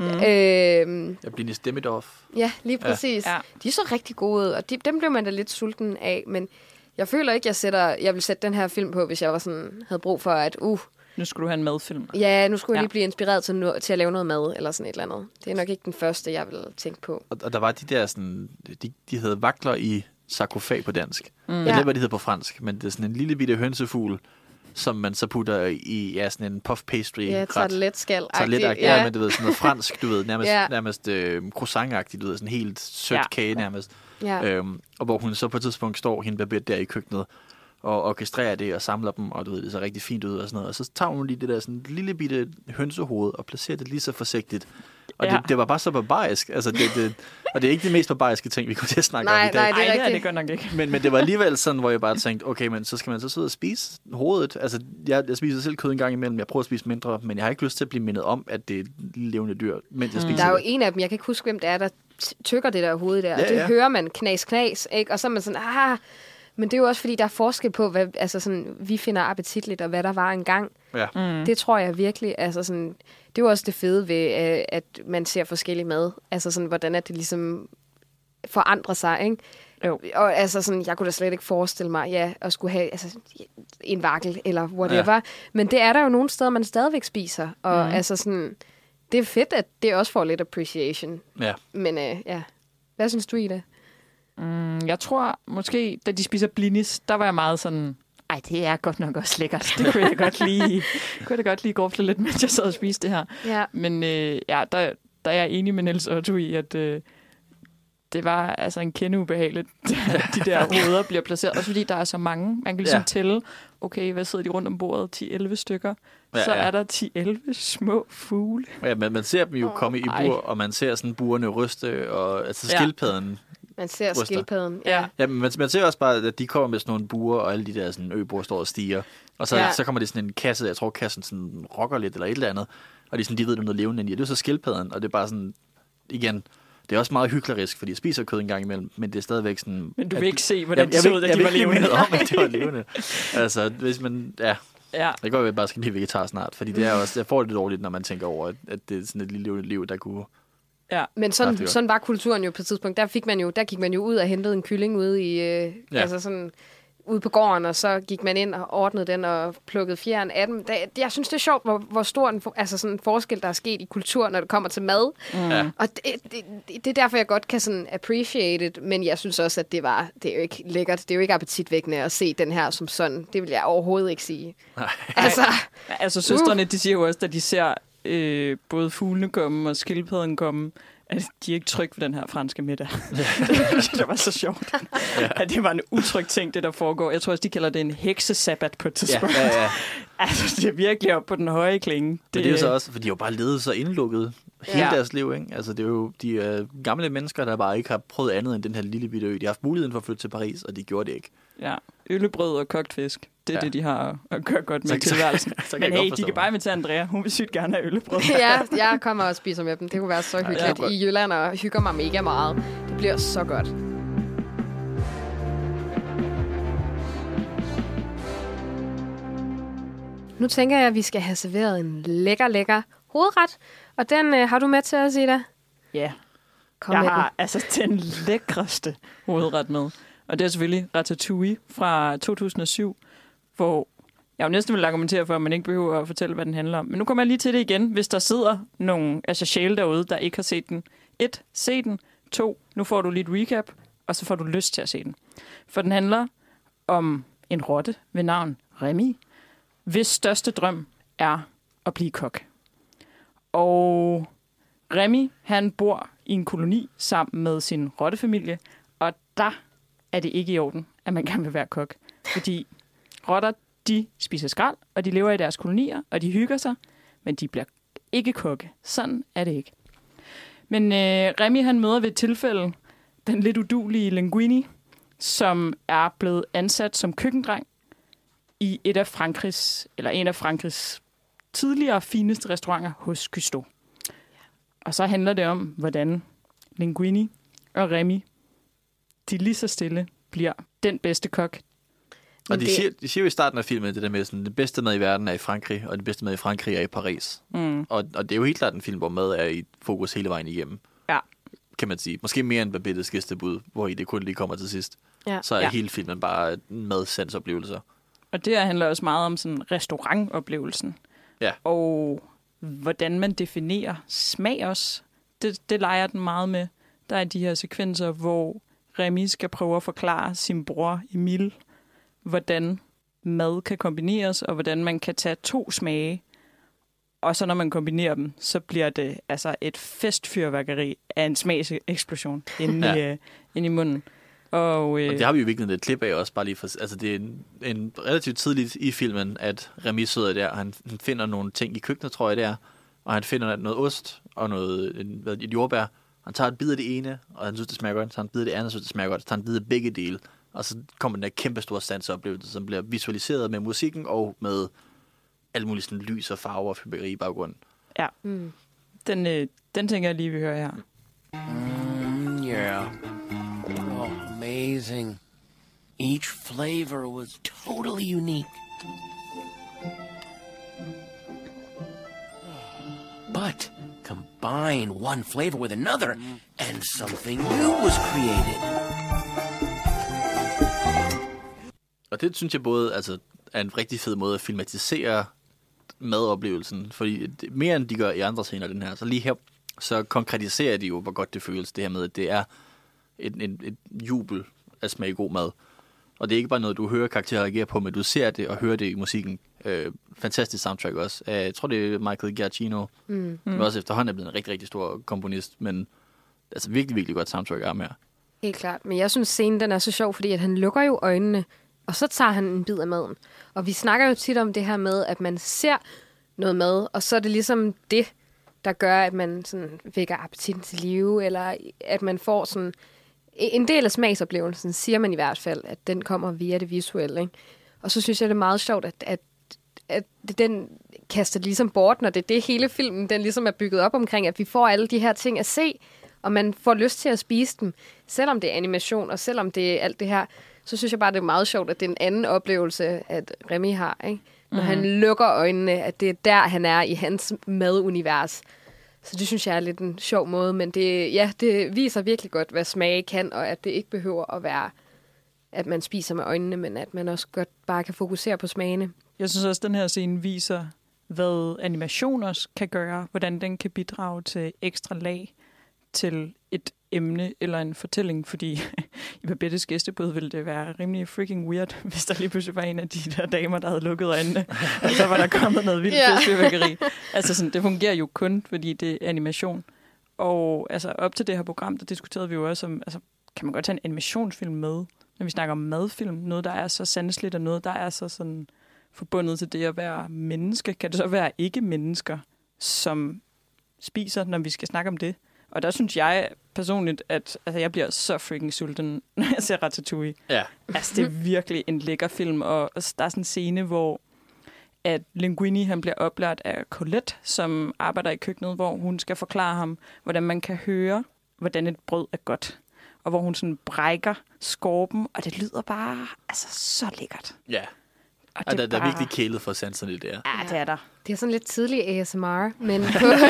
S4: Blinis Demidorf.
S2: Ja, lige præcis. Ja. De er så rigtig gode ud, og dem blev man da lidt sulten af. Men jeg føler ikke, jeg vil sætte den her film på, hvis jeg var sådan, havde brug for at
S3: nu skulle du have en madfilm.
S2: Ja, nu skulle jeg lige blive inspireret til at lave noget mad, eller sådan et eller andet. Det er nok ikke den første, jeg vil tænke på.
S4: Og der var de der sådan, de hedder vakler i sarkofag på dansk. Jeg ved, hvad de hedder på fransk, men det er sådan en lille bitte hønsefugl, som man så putter i sådan en puff pastry.
S2: Ja, tarteletskal.
S4: Ja, men du ved, sådan noget fransk, du ved, nærmest croissant-agtigt, du ved, sådan helt sødt kage nærmest. Ja. Og hvor hun så på et tidspunkt står, hende Babette, der i køkkenet, og orkestrerer det og samler dem, og du ved, det ser rigtig fint ud og sådan noget. Og så tager hun lige det der sådan lille bitte hønsehoved og placerer det lige så forsigtigt. Og det var bare så barbarisk. Altså, og det er ikke det mest barbariske ting, vi kommer til at snakke om i dag.
S2: Nej,
S3: det gør nok ikke.
S4: Men det var alligevel sådan, hvor jeg bare tænkte, okay, men så skal man så sidde og spise hovedet. Altså, jeg spiser selv kød en gang imellem. Jeg prøver at spise mindre, men jeg har ikke lyst til at blive mindet om, at det er et levende dyr, mens jeg spiser.
S2: Der er jo en af dem, jeg kan ikke huske, hvem det er, der tykker det der hoved der. Og det hører man knas, ikke? Og så er man sådan, men det er jo også, fordi der er forskel på, hvad altså sådan, vi finder appetitligt, og hvad der var engang. Ja. Det tror jeg virkelig. Altså sådan, det er jo også det fede ved, at man ser forskellig mad. Altså sådan, hvordan det ligesom forandrer sig, ikke? Jo. Og altså sådan, jeg kunne da slet ikke forestille mig, at skulle have en vakkel, eller whatever. Ja. Men det er der jo nogle steder, man stadigvæk spiser. Og altså sådan, det er fedt, at det også får lidt appreciation. Ja. Men hvad synes du i det?
S3: Jeg tror måske, da de spiser blinis, der var jeg meget sådan, det er godt nok også lækkert. Det kunne jeg godt lige grufle lidt, mens jeg sad og spiste det her. Ja. Men der er jeg enig med Niels Otto i, at det var altså en kende ubehageligt, de der hoveder bliver placeret. Også fordi der er så mange. Man kan ligesom tælle, okay, hvad sidder de rundt om bordet? 10-11 stykker. Så er der 10-11 små fugle. Ja,
S4: men man ser dem jo komme i bur, og man ser sådan burene ryste, og altså skildpadden.
S2: Man ser skildpadden,
S4: Ja, men man ser også bare, at de kommer med sådan nogle buer, og alle de der sådan øboer står og stiger. Og så kommer det sådan en kasse, jeg tror kassen sådan rokker lidt, eller et eller andet. Og de ved, noget levende i. Og det er så skildpadden, og det er bare sådan, igen, det er også meget hyklerisk, fordi jeg spiser kød en gang imellem, men det er stadigvæk sådan...
S3: Men du vil ikke se, hvordan de så ud, at de var levende.
S4: Jeg om, at de var levende. Altså, hvis man... Ja. Det går jo, at jeg bare skal blive vegetar snart, fordi det er også... Jeg får det lidt dårligt, når man tænker over, at det er sådan et lille liv, der kunne...
S2: Ja. Men sådan var kulturen jo på et tidspunkt. Der gik man jo ud og hentede en kylling ude i... Altså sådan... ude på gården, og så gik man ind og ordnede den og plukkede fjeren af dem. Jeg synes, det er sjovt, hvor stor en forskel, der er sket i kultur, når det kommer til mad. Og det er derfor, jeg godt kan sådan appreciate it, men jeg synes også, at det er jo ikke lækkert. Det er jo ikke appetitvækkende at se den her som sådan. Det vil jeg overhovedet ikke sige.
S3: Altså søstrene, de siger jo også, at de ser både fuglene komme og skildpadden komme, at de er ikke trygge ved den her franske middag. Det var så sjovt. At det var en utryg ting, det der foregår. Jeg tror også, de kalder det en heksesabbat på et tidspunkt. Altså, det er virkelig op på den høje klinge.
S4: Det er jo så også, for de har jo bare levet så indlukket hele deres liv, ikke? Altså, det er jo de gamle mennesker, der bare ikke har prøvet andet end den her lille bitte ø. De har haft muligheden for at flytte til Paris, og de gjorde det ikke. Ja,
S3: øllebrød og kogt fisk. Det er det, de har at gøre godt med tilværelsen. Men hey, de kan bare invitere Andrea. Hun vil sygt gerne have øllebrød.
S2: Ja, jeg kommer og spiser med dem. Det kunne være så hyggeligt. I Jylland og hygger mig mega meget. Det bliver så godt. Nu tænker jeg, at vi skal have serveret en lækker hovedret. Og den har du med til os, Ida?
S3: Ja. Jeg har altså den lækreste hovedret med. Og det er selvfølgelig Ratatouille fra 2007, hvor jeg jo næsten vil argumentere for, at man ikke behøver at fortælle, hvad den handler om. Men nu kommer jeg lige til det igen, hvis der sidder nogle sjæle derude, der ikke har set den. 1. Se den. 2. Nu får du lige et recap, og så får du lyst til at se den. For den handler om en rotte ved navn Remy, hvis største drøm er at blive kok. Og Remy, han bor i en koloni sammen med sin rottefamilie, og der er det ikke i orden, at man gerne vil være kok. Fordi rotter, de spiser skrald, og de lever i deres kolonier, og de hygger sig, men de bliver ikke kokke. Sådan er det ikke. Men Remy, han møder ved et tilfælde den lidt udulige Linguini, som er blevet ansat som køkkendreng i en af Frankrigs tidligere fineste restauranter hos Cousteau. Og så handler det om, hvordan Linguini og Remy, de lige så stille bliver den bedste kok.
S4: Og de siger jo i starten af filmen, det der med, sådan, det bedste mad i verden er i Frankrig, og det bedste mad i Frankrig er i Paris. Og det er jo helt klart en film, hvor mad er i fokus hele vejen igennem. Ja. Kan man sige. Måske mere end Babettes gæstebud, hvor i det kun lige kommer til sidst. Ja. Så er hele filmen bare madsandsoplevelser.
S3: Og det her handler også meget om sådan restaurantoplevelsen. Ja. Og hvordan man definerer smag også. Det leger den meget med. Der er de her sekvenser, hvor Remy skal prøve at forklare sin bror Emile, hvordan mad kan kombineres, og hvordan man kan tage 2 smage. Og så når man kombinerer dem, så bliver det altså et festfyrværkeri af en smagseksplosion inde i munden. Og
S4: det har vi jo virkelig et klip af også, bare lige for, altså det er en relativt tidligt i filmen, at Remy sidder der, og han finder nogle ting i køkkenet, tror jeg det er, og han finder noget ost og et jordbær. Han tager et bid af det ene, og han synes, det smager godt. Så tager han et bid af det andet, og synes, det smager godt. Så tager han et bid af begge dele, og så kommer den der kæmpe store sanseoplevelse, som bliver visualiseret med musikken og med alle mulige sådan lys og farver og fyrværkeri i baggrunden.
S3: Ja, den tænker jeg lige, vi hører her.
S6: Yeah. Oh, amazing. Each flavor was totally unique. But combine one flavor with another, and something new was created.
S4: Og det synes jeg både er en rigtig fed måde at filmatisere madoplevelsen, fordi mere end de gør i andre scener den her, så lige her, så konkretiserer de jo, hvor godt det føles, det her med, at det er et jubel at smage god mad. Og det er ikke bare noget, du hører karakterer reagere på, men du ser det og hører det i musikken. Fantastisk soundtrack også. Jeg tror, det er Michael Giacchino, som også efterhånden er blevet en rigtig, rigtig stor komponist, men altså virkelig, virkelig godt soundtrack er med her.
S2: Helt klart. Men jeg synes, scenen den er så sjov, fordi at han lukker jo øjnene, og så tager han en bid af maden. Og vi snakker jo tit om det her med, at man ser noget mad, og så er det ligesom det, der gør, at man sådan vækker appetitten til live, eller at man får sådan en del af smagsoplevelsen, siger man i hvert fald, at den kommer via det visuelle. Ikke? Og så synes jeg, det er meget sjovt, at den kaster ligesom bort, når det er det hele filmen, den ligesom er bygget op omkring, at vi får alle de her ting at se, og man får lyst til at spise dem, selvom det er animation, og selvom det er alt det her, så synes jeg bare, det er meget sjovt, at det er en anden oplevelse, at Remy har, ikke? Når han lukker øjnene, at det er der, han er i hans madunivers. Så det synes jeg er lidt en sjov måde, men det viser virkelig godt, hvad smage kan, og at det ikke behøver at være at man spiser med øjnene, men at man også godt bare kan fokusere på smagene.
S3: Jeg synes også, at den her scene viser, hvad animation også kan gøre, hvordan den kan bidrage til ekstra lag til et emne eller en fortælling, fordi i Babettes gæstebud ville det være rimelig freaking weird, hvis der lige pludselig var en af de der damer, der havde lukket øjnene, og så var der kommet noget vildt fiskefyrværkeri. Altså sådan, det fungerer jo kun, fordi det er animation. Og altså op til det her program, der diskuterede vi jo også om, altså kan man godt tage en animationsfilm med, når vi snakker om madfilm, noget der er så sanseligt og noget der er så sådan forbundet til det at være menneske. Kan det så være ikke-mennesker, som spiser, når vi skal snakke om det? Og der synes jeg personligt, at jeg bliver så freaking sulten, når jeg ser Ratatouille.
S4: Ja.
S3: Altså, det er virkelig en lækker film, og der er sådan en scene, hvor at Linguini, han bliver oplært af Colette, som arbejder i køkkenet, hvor hun skal forklare ham, hvordan man kan høre, hvordan et brød er godt. Og hvor hun sådan brækker skorpen, og det lyder bare altså så lækkert.
S4: Ja. Og der er virkelig kælet for sanserne der.
S3: Ja, det er der.
S2: Det er sådan lidt tidlig ASMR, men,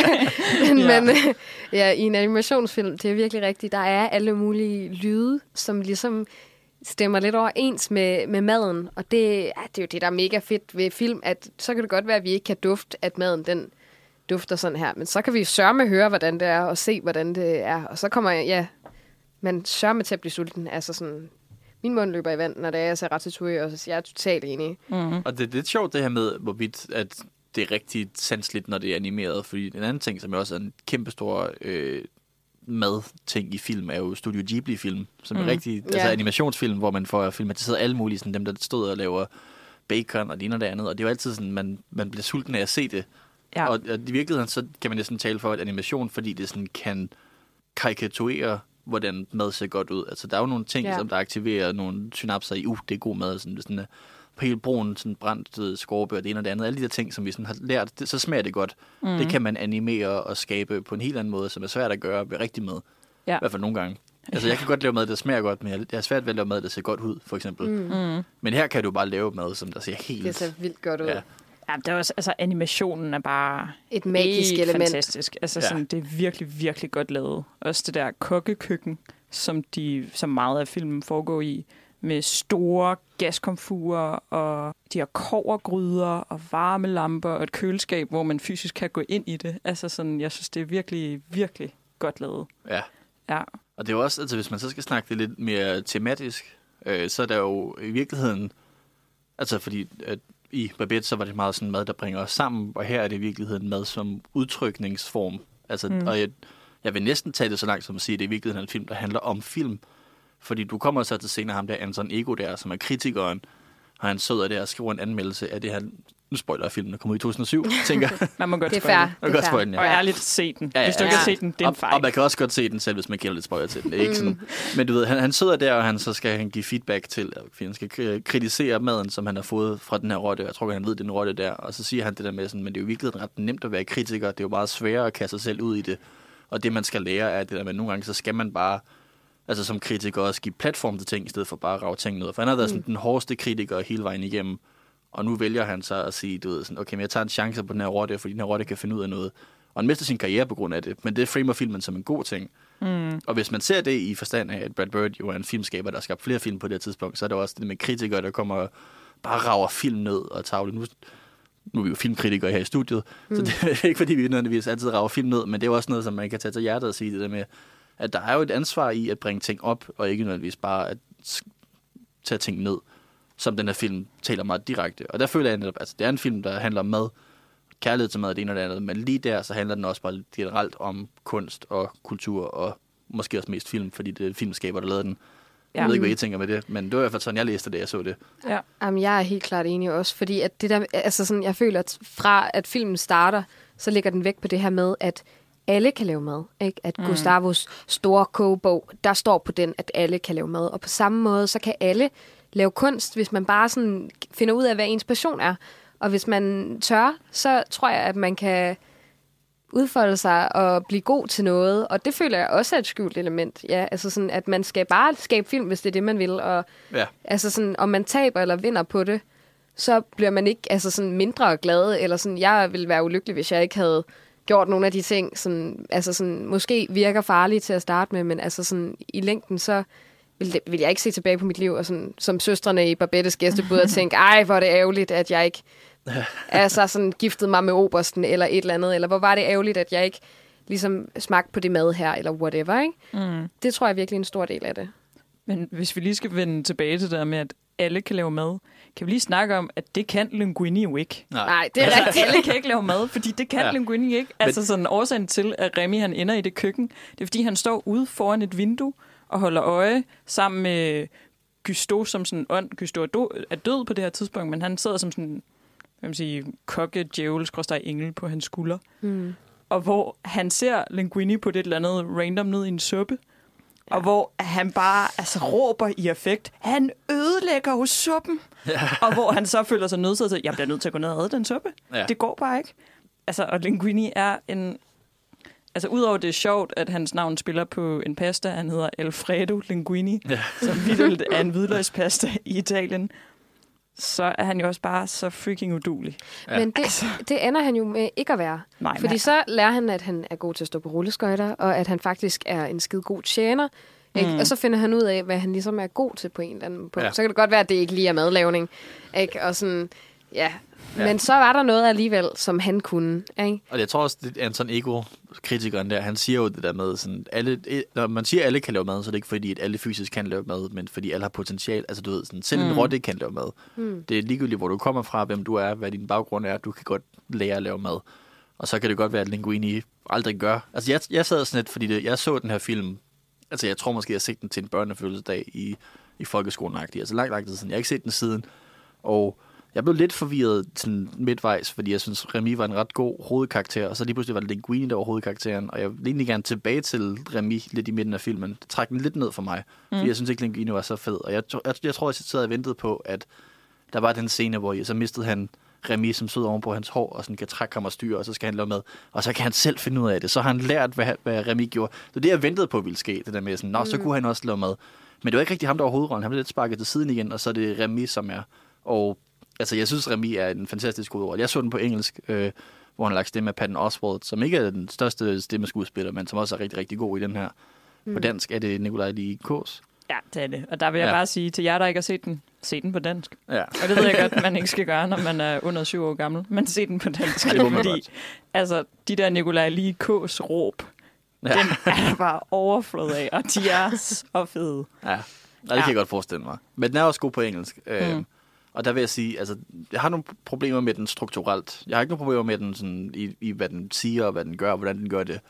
S2: i en animationsfilm, det er virkelig rigtigt. Der er alle mulige lyde, som ligesom stemmer lidt overens med maden. Og det er jo det, der er mega fedt ved film, at så kan det godt være, at vi ikke kan dufte, at maden den dufter sådan her. Men så kan vi sørme høre, hvordan det er, og se, hvordan det er. Og så kommer, man sørme til at blive sulten. Altså sådan, min mund løber i vand, når det er, jeg ser Ratatouille, og jeg er totalt enig.
S4: Mm-hmm. Og det er lidt sjovt det her med, hvorvidt at det er rigtig sanseligt, når det er animeret. Fordi en anden ting, som også er en kæmpestor madting i film, er jo Studio Ghibli-film, som er rigtig altså animationsfilm, hvor man får filmatiseret alle mulige, sådan dem, der stod og laver bacon og det ene og det andet. Og det er jo altid sådan, man bliver sulten af at se det. Ja. Og i virkeligheden, så kan man næsten tale for et animation, fordi det sådan kan karikaturere, hvordan mad ser godt ud. Altså, der er jo nogle ting, som der aktiverer nogle synapser i, det er god mad, sådan på hele broen, sådan brændt skorpe og det ene og det andet. Alle de der ting, som vi sådan har lært, så smager det godt. Mm. Det kan man animere og skabe på en helt anden måde, som er svært at gøre ved rigtig mad. Ja. I hvert fald nogle gange. Altså, jeg kan godt lave mad, der smager godt, men jeg er svært ved at lave mad, der ser godt ud, for eksempel. Mm. Men her kan du bare lave mad, som der ser helt...
S2: Det ser vildt godt ud.
S3: Ja. Ja, det er også, altså animationen er bare
S2: et magisk element.
S3: Fantastisk. Altså sådan, det er virkelig, virkelig godt lavet. Også det der kokkekøkken, som meget af filmen foregår i, med store gaskomfurer og de her kobbergryder og varme lamper og et køleskab, hvor man fysisk kan gå ind i det. Altså sådan, jeg synes, det er virkelig, virkelig godt lavet.
S4: Ja.
S3: Ja.
S4: Og det er jo også, altså hvis man så skal snakke det lidt mere tematisk, så er der jo i virkeligheden, altså fordi i Babette, så var det meget sådan mad, der bringer os sammen, og her er det i virkeligheden mad som udtrykningsform. Altså, og jeg vil næsten tage det så langt som at sige, at det er i virkeligheden en film, der handler om film. Fordi du kommer så til senere ham der, Anton Ego der, som er kritikeren, og han sidder der og skriver en anmeldelse af det her. Nu spoiler jeg filmen, der kommer i 2007, tænker
S3: man må godt
S2: spoile den.
S3: Og ærligt, se den. Hvis du ikke har set den, det er en fejl.
S4: Og man kan også godt se den selv, hvis man giver lidt spoiler til den. Det er ikke sådan. Men du ved, han sidder der, og så skal han give feedback til, han skal kritisere maden, som han har fået fra den her rotte. Jeg tror, han ved, den rotte der. Og så siger han det der med sådan, men det er jo virkelig ret nemt at være kritiker. Det er jo meget sværere at kaste sig selv ud i det. Og det, man skal lære, er det der med, nogle gange, så skal man bare, altså som kritiker, også give platform til ting, i stedet for bare at rage ting ned. For han har været sådan den hårdeste kritiker hele vejen igennem. Og nu vælger han så at sige, du ved, sådan, okay, men jeg tager en chance på den her rotte, fordi den her rotte kan finde ud af noget. Og han mister sin karriere på grund af det, men det framer filmen som en god ting. Mm. Og hvis man ser det i forstand af, at Brad Bird jo er en filmskaber, der har skabt flere film på det tidspunkt, så er det også det med kritikere, der kommer bare rager film ned og tavle. Nu er vi jo filmkritikere her i studiet, så det er ikke fordi, vi nødvendigvis altid rager film ned, men det er også noget, som man kan tage til hjertet og sige det der med, at der er jo et ansvar i at bringe ting op, og ikke nødvendigvis bare at tage ting ned, som den her film taler meget direkte. Og der føler jeg, at altså, det er en film, der handler om mad, kærlighed til mad, det ene og det andet, men lige der, så handler den også bare generelt om kunst og kultur, og måske også mest film, fordi det er filmskaber, der lavede den. Jeg ved ikke, hvad I tænker med det, men det var i hvert fald sådan, jeg læste det, jeg så det.
S2: Ja. Jamen, jeg er helt klart enig også, fordi at det der, altså sådan, jeg føler, at fra at filmen starter, så ligger den væk på det her med, at alle kan lave mad. Ikke? At Gustavos store kogebog, der står på den, at alle kan lave mad. Og på samme måde, så kan alle lave kunst, hvis man bare sådan finder ud af, hvad ens passion er. Og hvis man tør, så tror jeg, at man kan udfolde sig og blive god til noget. Og det føler jeg også er et skjult element. Ja, altså sådan, at man skal bare skabe film, hvis det er det, man vil. Og altså sådan, om man taber eller vinder på det, så bliver man ikke altså sådan mindre glad. Eller sådan, jeg ville være ulykkelig, hvis jeg ikke havde gjort nogle af de ting, som altså sådan, måske virker farlige til at starte med, men altså sådan, i længden, så vil jeg ikke se tilbage på mit liv, og sådan, som søstrene i Barbettes gæstebud, og tænke, ej, hvor er det ærgerligt, at jeg ikke altså sådan giftede mig med obersten, eller et eller andet, eller hvor var det ærgerligt, at jeg ikke ligesom smagte på det mad her, eller whatever, ikke? Mm. Det tror jeg er virkelig en stor del af det.
S3: Men hvis vi lige skal vende tilbage til det der med, at alle kan lave mad, kan vi lige snakke om, at det kan Linguini jo ikke.
S2: Nej, det er rigtigt.
S3: Alle kan ikke lave mad, fordi det kan Linguini ikke. Altså sådan årsagen til, at Remy han ender i det køkken, det er fordi, han står ude foran et vindue og holder øje sammen med Gusteau som sådan ånd. Gusteau er død på det her tidspunkt, men han sidder som sådan, hvad man sige, kokke, djævel, engel på hans skulder. Mm. Og hvor han ser Linguini på det eller andet random ned i en suppe, og hvor han bare råber i affekt, han ødelægger jo suppen. Ja. Og hvor han så føler sig nødsaget til, jeg bliver nødt til at gå ned og æde den suppe. Ja. Det går bare ikke. Altså, og Linguini er en... Altså, udover det er sjovt, at hans navn spiller på en pasta, han hedder Alfredo Linguini, som vildt er en hvidløgspasta i Italien, så er han jo også bare så freaking uduelig. Ja.
S2: Men det ender han jo med ikke at være. Nej, fordi så lærer han, at han er god til at stå på rulleskøjter, og at han faktisk er en skide god tjener. Ikke? Og så finder han ud af, hvad han ligesom er god til på en eller anden punkt. Ja. Så kan det godt være, at det ikke lige er madlavning. Ikke? Og sådan, ja. Men så var der noget alligevel, som han kunne. Ikke?
S4: Og jeg tror også, det er en sådan ego-kritikeren der, han siger jo det der med, sådan, når man siger, at alle kan lave mad, så er det ikke fordi, at alle fysisk kan lave mad, men fordi alle har potentiale. Altså du ved, sådan, selv en rotte kan lave mad. Det er ligegyldigt, hvor du kommer fra, hvem du er, hvad din baggrund er, du kan godt lære at lave mad. Og så kan det godt være, at Linguini aldrig gør. Altså jeg sad sådan lidt, fordi jeg så den her film, altså jeg tror måske, jeg har set den til en børnefødselsdag i folkeskolen-agtig. Altså langt tid siden. Jeg har ikke set den siden. Og jeg blev lidt forvirret sådan midtvejs, fordi jeg synes, Remy var en ret god hovedkarakter, og så lige pludselig var det Linguini, der var hovedkarakteren, og jeg vil egentlig gerne tilbage til Remy lidt i midten af filmen. Det trak den lidt ned for mig, fordi jeg synes ikke, Linguini var så fed. Og jeg tror, jeg sad og ventede på, at der var den scene, hvor så mistede han Remy, som sidder oven på hans hår, og sådan kan trække ham og styre, og så skal han lave mad. Og så kan han selv finde ud af det. Så har han lært, hvad Remy gjorde. Så det, jeg ventede på, ville ske, det der med sådan, så kunne han også lave mad. Men det var ikke rigtig ham, der var hovedrollen. Han blev lidt sparket til siden igen, og så er det Remy, som er. Og altså, jeg synes, Remy er en fantastisk hovedrolle. Jeg så den på engelsk, hvor han har lagt stemme af Patton Oswalt, som ikke er den største stemmeskuespiller, men som også er rigtig, rigtig god i den her. På dansk er det Nikolaj Lie Kaas.
S3: Ja, det er det. Og der vil jeg bare sige til jer, der ikke har set den, se den på dansk. Ja. Og det ved jeg godt, man ikke skal gøre, når man er under 7 år gammel. Men se den på dansk.
S4: Ja, det må man godt.
S3: Altså, de der Nikolaj Lie Kaas råb, den er der bare overflod af, og de er så fede.
S4: Ja, det kan jeg godt forestille mig. Men den er også god på engelsk. Og der vil jeg sige, altså, jeg har nogle problemer med den strukturelt. Jeg har ikke nogen problemer med den sådan, i hvad den siger, og hvad den gør, og hvordan den gør det.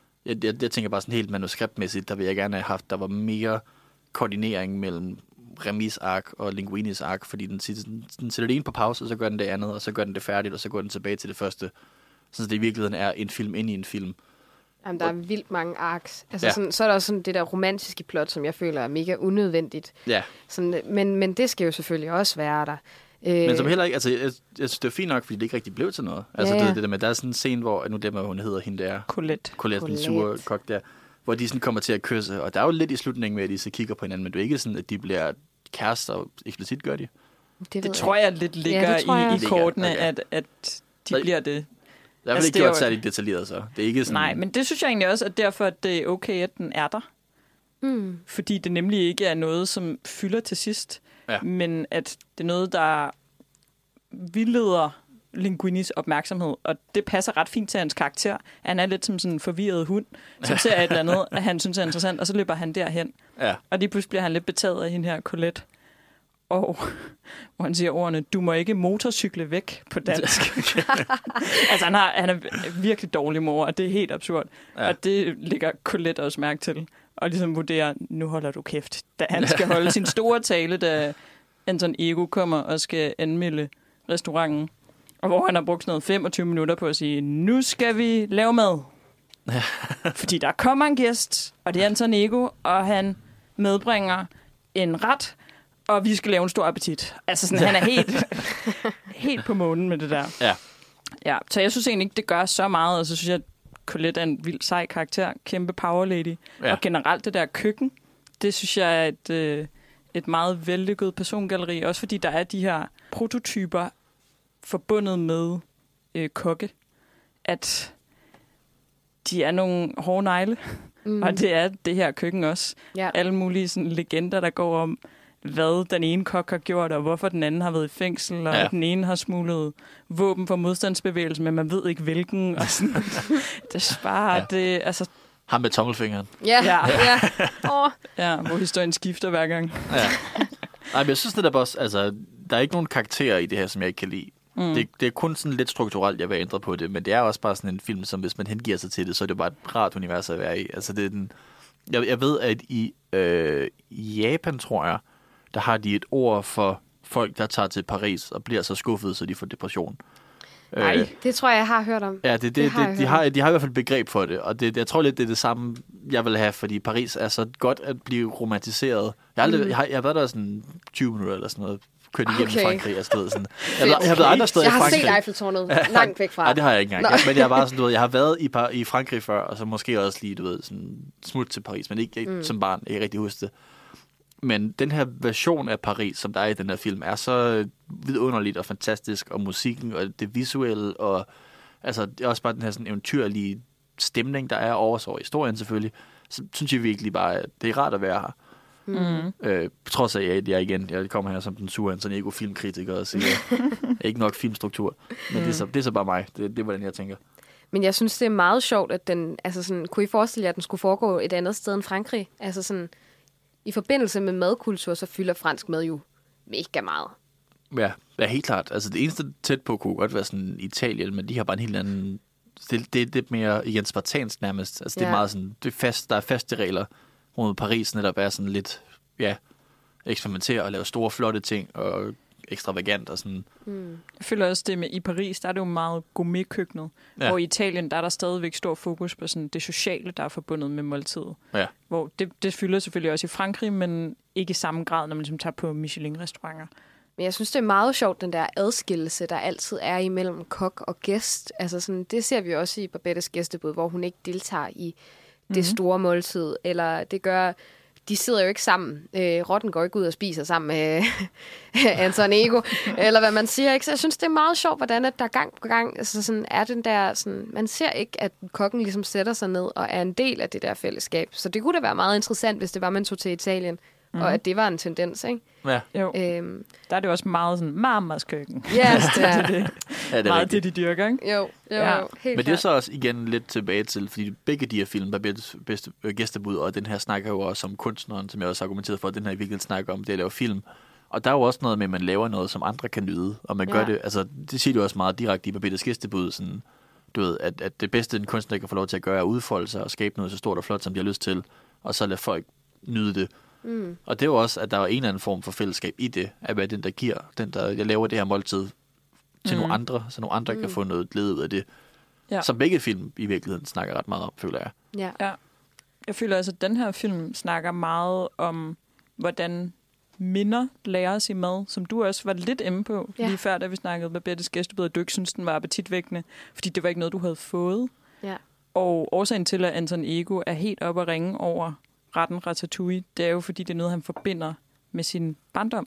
S4: Jeg tænker bare sådan helt manuskriptmæssigt, der vil jeg gerne have haft, der var mere koordinering mellem Remys ark og Linguinis ark, fordi den sætter det ene på pause, og så gør den det andet, og så gør den det færdigt, og så går den tilbage til det første. Så det i virkeligheden er en film ind i en film.
S2: Jamen, der er vildt mange arcs. Altså, sådan, så er der også sådan det der romantiske plot, som jeg føler er mega unødvendigt. Ja. Sådan, men det skal jo selvfølgelig også være der.
S4: Men som heller ikke, altså, jeg synes, det er fint nok, fordi det ikke rigtig blev til noget. Altså, det der med, der er sådan en scene, hvor, nu det med, hun hedder hende der. Colette, den sure kok der. Hvor de sådan kommer til at kysse, og der er jo lidt i slutningen med, at de så kigger på hinanden, men det er ikke sådan, at de bliver kærester, og eksplicit gør de.
S3: Det tror jeg lidt ligger i kortene, okay. at de bliver det.
S4: Der er vel ikke gjort særligt detaljeret, så. Det er ikke sådan...
S3: Nej, men det synes jeg egentlig også, at derfor at det er okay, at den er der. Fordi det nemlig ikke er noget, som fylder til sidst, men at det er noget, der vildleder Linguinis opmærksomhed, og det passer ret fint til hans karakter. Han er lidt som sådan en forvirret hund, som ser et eller andet, at han synes er interessant, og så løber han derhen. Ja. Og lige pludselig bliver han lidt betaget af hende her Colette. Og hvor han siger ordene, du må ikke motorcykle væk på dansk. Altså han er virkelig dårlig mor, og det er helt absurd. Ja. Og det ligger Colette også mærke til. Og ligesom vurderer, nu holder du kæft. Da han skal holde sin store tale, da Anton Ego kommer og skal anmelde restauranten. Og hvor han har brugt sådan noget 25 minutter på at sige, nu skal vi lave mad. Fordi der kommer en gæst, og det er Anton Ego, og han medbringer en ret, og vi skal lave en stor appetit. Altså sådan, han er helt på månen med det der. Ja, så jeg synes egentlig ikke, det gør så meget, og så synes jeg, at Colette er en vild sej karakter, kæmpe power lady. Ja. Og generelt det der køkken, det synes jeg er et meget vellykket persongalleri, også fordi der er de her prototyper forbundet med kokke, at de er nogle hårde negle, Og det er det her køkken også.
S2: Ja.
S3: Alle mulige sådan, legender, der går om, hvad den ene kok har gjort, og hvorfor den anden har været i fængsel, og den ene har smuglet våben for modstandsbevægelsen, men man ved ikke hvilken. Og sådan. Det er bare det, altså...
S4: Ham med tommelfingeren.
S3: Ja, hvor historien skifter hver gang.
S4: Ja. Nej, men jeg synes, det der også, altså, der er ikke nogen karakterer i det her, som jeg ikke kan lide. Det er kun sådan lidt strukturelt, jeg vil ændre på det, men det er også bare sådan en film, som hvis man hengiver sig til det, så er det bare et rart univers at være i. Altså, det er den... Jeg ved, at i Japan, tror jeg, der har de et ord for folk, der tager til Paris og bliver så skuffede, så de får depression.
S2: Nej, det tror jeg har hørt om.
S4: Ja, de har i hvert fald et begreb for det, og jeg tror lidt, det er det samme, jeg vil have, fordi Paris er så godt at blive romantiseret. Jeg har været der sådan 20 minutter eller sådan noget, kørt igennem Frankrig og sådan. Jeg har været andre steder i Frankrig.
S2: Jeg har set Eiffeltårnet langt væk fra.
S4: Nej, det har jeg ikke engang. Men jeg har bare sådan, du ved, jeg har været i Frankrig før, og så måske også lige, du ved, sådan smut til Paris, men ikke som barn, ikke rigtig huske det. Men den her version af Paris, som der er i den her film, er så vidunderligt og fantastisk, og musikken og det visuelle, og altså, det er også bare den her sådan eventyrlige stemning, der er over historien selvfølgelig. Så synes jeg virkelig bare, at det er rart at være her. Trods af, at jeg kommer her som den sure Anton Ego filmkritiker og siger, ikke nok filmstruktur. Men det er så bare mig. Det er, hvordan jeg tænker.
S2: Men jeg synes, det er meget sjovt, at den, altså sådan, kunne I forestille jer, at den skulle foregå et andet sted end Frankrig? Altså sådan, i forbindelse med madkultur, så fylder fransk mad jo mega meget.
S4: Ja, helt klart. Altså det eneste tæt på kunne godt være sådan Italien, men de har bare en helt anden... Det er lidt mere igen spartansk nærmest. Altså det er meget sådan, der er faste regler, hvor Paris netop er sådan lidt, eksperimentere og lave store, flotte ting og ekstravagant og sådan.
S3: Jeg føler også det med i Paris, der er det jo meget gourmet-køkkenet. Hvor i Italien, der er der stadigvæk stor fokus på sådan det sociale, der er forbundet med måltidet.
S4: Ja.
S3: Hvor det fylder selvfølgelig også i Frankrig, men ikke i samme grad, når man ligesom tager på Michelin-restauranter.
S2: Men jeg synes, det er meget sjovt, den der adskillelse, der altid er imellem kok og gæst. Altså sådan, det ser vi også i Babettes gæstebud, hvor hun ikke deltager i det store måltid. Eller det gør... De sidder jo ikke sammen. Rotten går ikke ud og spiser sammen med Anton Ego, eller hvad man siger. Ikke? Så jeg synes, det er meget sjovt, hvordan at der gang på gang altså sådan, er den der... Sådan, man ser ikke, at kokken ligesom sætter sig ned og er en del af det der fællesskab. Så det kunne da være meget interessant, hvis det var, man tog til Italien. Og at det var en tendens, ikke?
S4: Ja.
S3: Jo. Der er det også meget sådan marmors køkken.
S2: Yes, det er.
S3: det er meget det, de dyrker, ikke?
S2: Jo, helt
S4: men det er så også igen lidt tilbage til, fordi begge de her film, Babettes bedste gæstebud, og den her snakker jo også om kunstneren, som jeg også har argumenteret for, at den her i virkeligheden snakker om det at lave film. Og der er jo også noget med, at man laver noget, som andre kan nyde, og man gør det, altså det siger du også meget direkte i Babettes gæstebud, sådan, du ved, at det bedste, en kunstner kan få lov til at gøre, er at udfolde sig og skabe noget så stort og flot, som de har lyst til, og så lade folk nyde det. Og det er jo også, at der er en eller anden form for fællesskab i det, at være den, der giver, jeg laver det her måltid til nogle andre, så nogle andre kan få noget glæde ud af det. Ja. Som begge film i virkeligheden snakker ret meget om, føler jeg.
S3: Ja. Jeg føler altså, at den her film snakker meget om, hvordan minder læres i mad, som du også var lidt inde på, lige før, da vi snakkede med Babettes gæstebud, at du ikke synes, den var appetitvækkende, fordi det var ikke noget, du havde fået. Ja. Og årsagen til, at Anton Ego er helt oppe at ringe over retten ratatouille, det er jo, fordi det er noget, han forbinder med sin barndom.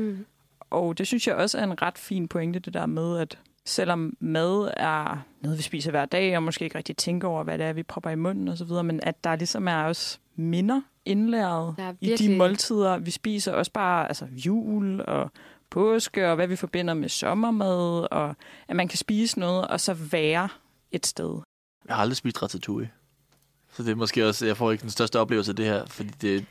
S3: Og det synes jeg også er en ret fin pointe, det der med, at selvom mad er noget, vi spiser hver dag, og måske ikke rigtig tænker over, hvad det er, vi propper i munden og så videre, men at der ligesom er også minder indlæret i de måltider, vi spiser. Også bare altså, jul og påske, og hvad vi forbinder med sommermad, og at man kan spise noget, og så være et sted.
S4: Jeg har aldrig spist ratatouille. Så det er måske også, jeg får ikke den største oplevelse af det her, fordi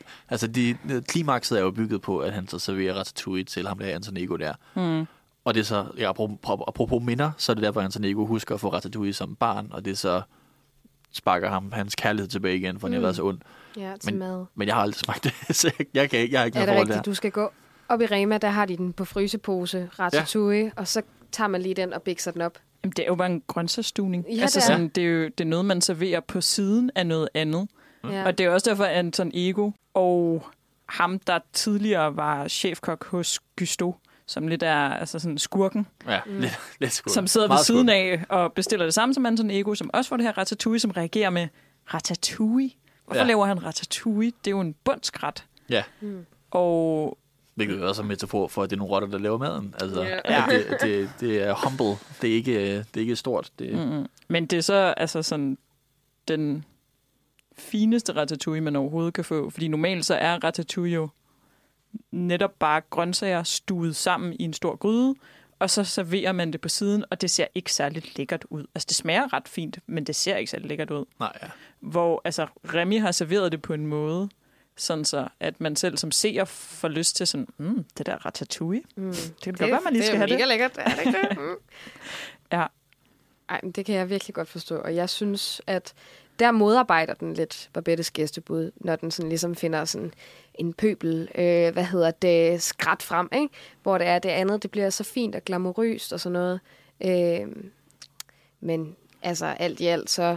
S4: klimakset er jo bygget på, at han så serverer ratatouille til ham der Anton Ego der. Og det er så, apropos minder, så er det der, hvor Anton Ego husker at få ratatouille som barn, og det så sparker hans kærlighed tilbage igen, for han har været så ond.
S2: Ja, til mad.
S4: Men jeg har aldrig smagt det, så jeg har ikke noget
S2: forhold der. Du skal gå op i Rema, der har de den på frysepose, ratatouille, og så tager man lige den og bikser den op.
S3: Jamen, det er jo bare en grøntsagsstuvning.
S2: Ja,
S3: altså, sådan, det er noget, man serverer på siden af noget andet. Ja. Og det er også derfor, Anton Ego og ham, der tidligere var chefkok hos Gusteau, som lidt er altså sådan skurken,
S4: lidt skurken,
S3: som sidder ved siden af og bestiller det samme som Anton Ego, som også får det her ratatouille, som reagerer med ratatouille. Hvorfor laver han ratatouille? Det er jo en bundskradt.
S4: Ja.
S3: Og
S4: hvilket er også en metafor for, at det er nogle rotter, der laver maden. Altså, det er humble. Det er ikke stort.
S3: Men det er så altså sådan den fineste ratatouille, man overhovedet kan få. Fordi normalt så er ratatouille jo netop bare grøntsager stuet sammen i en stor gryde, og så serverer man det på siden, og det ser ikke særlig lækkert ud. Altså, det smager ret fint, men det ser ikke særlig lækkert ud.
S4: Nej, ja.
S3: Hvor altså, Remy har serveret det på en måde, sådan så, at man selv som seer får lyst til sådan, det der ratatouille. Det kan godt være, man lige skal have det.
S2: Det er mega lækkert, er det ikke det?
S3: Ja.
S2: Ej, men det kan jeg virkelig godt forstå, og jeg synes, at der modarbejder den lidt Babettes gæstebud, når den sådan ligesom finder sådan en pøbel, skrat frem, ikke? Hvor det andet, det bliver så fint og glamourøst og sådan noget. Men altså alt i alt, så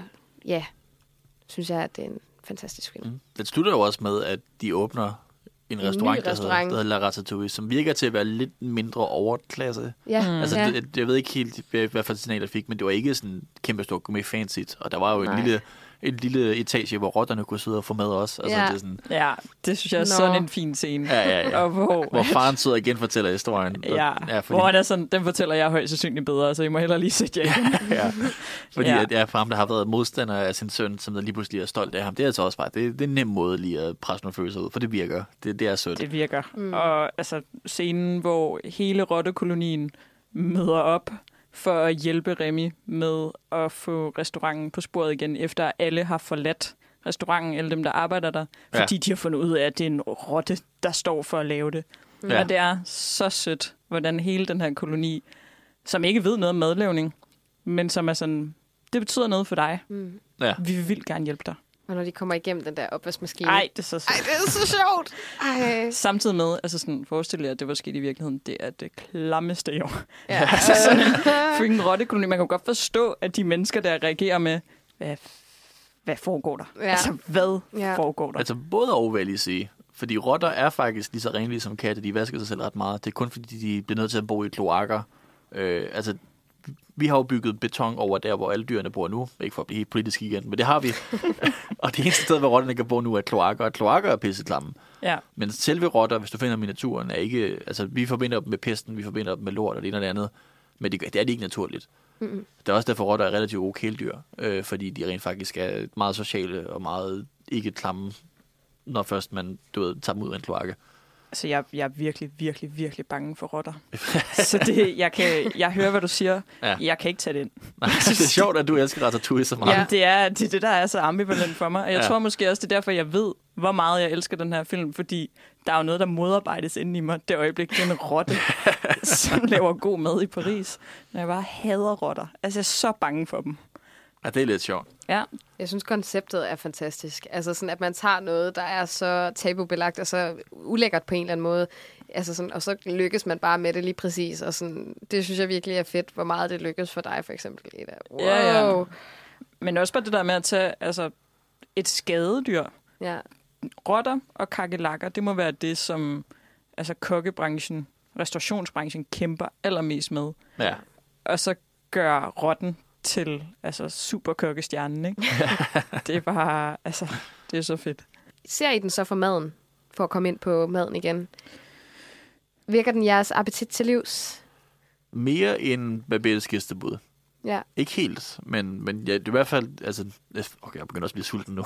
S2: synes jeg, at det er en fantastisk film.
S4: Den slutter jo også med, at de åbner en restaurant, der hedder La Ratatouille, som virker til at være lidt mindre overklasse.
S2: Ja.
S4: Altså, jeg ved ikke helt, hvad for et signal der fik, men det var ikke sådan kæmpe stor gourmet fancy, og der var jo en lille etage, hvor rotterne kunne sidde og få mad også. Altså, det er sådan,
S3: det synes jeg er sådan en fin scene.
S4: Ja.
S3: Og
S4: hvor faren sidder og genfortæller historien.
S3: Hvor han er sådan, den fortæller jeg højst sandsynligt bedre, så I må hellere lige sætte jer igen.
S4: Fordi at for ham, der har været modstander af sin søn, som der lige pludselig er stolt af ham, det er altså også bare, det er en nem måde lige at presse nogle følelser ud, for det virker. Det er sødt.
S3: Det virker. Og altså scenen, hvor hele rottekolonien møder op for at hjælpe Remy med at få restauranten på sporet igen, efter alle har forladt restauranten, alle dem, der arbejder der, fordi de har fundet ud af, at det er en rotte, der står for at lave det. Ja. Og det er så sødt, hvordan hele den her koloni, som ikke ved noget om madlavning, men som er sådan, det betyder noget for dig. Vi vil vildt gerne hjælpe dig.
S2: Og når de kommer igennem den der opvaskemaskine.
S3: Ej, det er så sødt.
S2: Ej, det er så sjovt. Ej.
S3: Samtidig med, altså sådan, forestil jer, at det var sket i virkeligheden, det er det klammeste i år.
S2: Ja.
S3: Altså sådan freaking rottekoloni. Man kan godt forstå, at de mennesker, der reagerer med, hvad foregår der?
S2: Ja.
S3: Altså, hvad foregår der?
S4: Altså, både og, vil jeg lige sige. Fordi rotter er faktisk lige så renlige som katte. De vasker sig selv ret meget. Det er kun fordi, de bliver nødt til at bo i kloakker. Vi har jo bygget beton over der, hvor alle dyrene bor nu. Ikke for at blive helt politisk igen, men det har vi. Og det eneste sted, hvor rotterne kan bo nu, er kloakker. Og kloakker er pisseklamme. Ja. Men selve rotter, hvis du finder dem i naturen, er ikke... Altså, vi forbinder dem med pesten, vi forbinder dem med lort og det ene og det andet. Men det er det ikke naturligt. Mm-hmm. Det er også derfor, rotter er relativt gode kæledyr. Fordi de rent faktisk er meget sociale og meget ikke klamme, når først man tager dem ud af en kloakke.
S3: Altså, jeg er virkelig, virkelig, virkelig bange for rotter. Så jeg hører, hvad du siger. Ja. Jeg kan ikke tage det ind.
S4: Nej, det er sjovt, at du elsker ratatouille så meget.
S3: Ja, det er det, der er så ambivalent for mig. Og jeg tror måske også, det er derfor, jeg ved, hvor meget jeg elsker den her film. Fordi der er jo noget, der modarbejdes inde i mig. Det øjeblik, det er en rotte, som laver god mad i Paris. Når jeg bare hader rotter. Altså, jeg er så bange for dem.
S4: Ja, det er lidt sjovt.
S2: Ja. Jeg synes, konceptet er fantastisk. Altså sådan, at man tager noget, der er så tabubelagt og så ulækkert på en eller anden måde, altså sådan, og så lykkes man bare med det lige præcis. Og sådan, det synes jeg virkelig er fedt, hvor meget det lykkes for dig, for eksempel. Wow.
S3: Ja. Men også bare det der med at tage et skadedyr. Ja. Rotter og kakelakker, det må være det, som kokkebranchen, restaurationsbranchen kæmper allermest med. Ja. Og så gør rotten til superkokkestjernen, ikke? Det er bare, det er så fedt.
S2: Ser I den så for maden? For at komme ind på maden igen. Virker den jeres appetit til livs?
S4: Mere end Babettes gæstebud. Ja. Ikke helt, men det er i hvert fald, okay, jeg begynder også at blive sulten nu.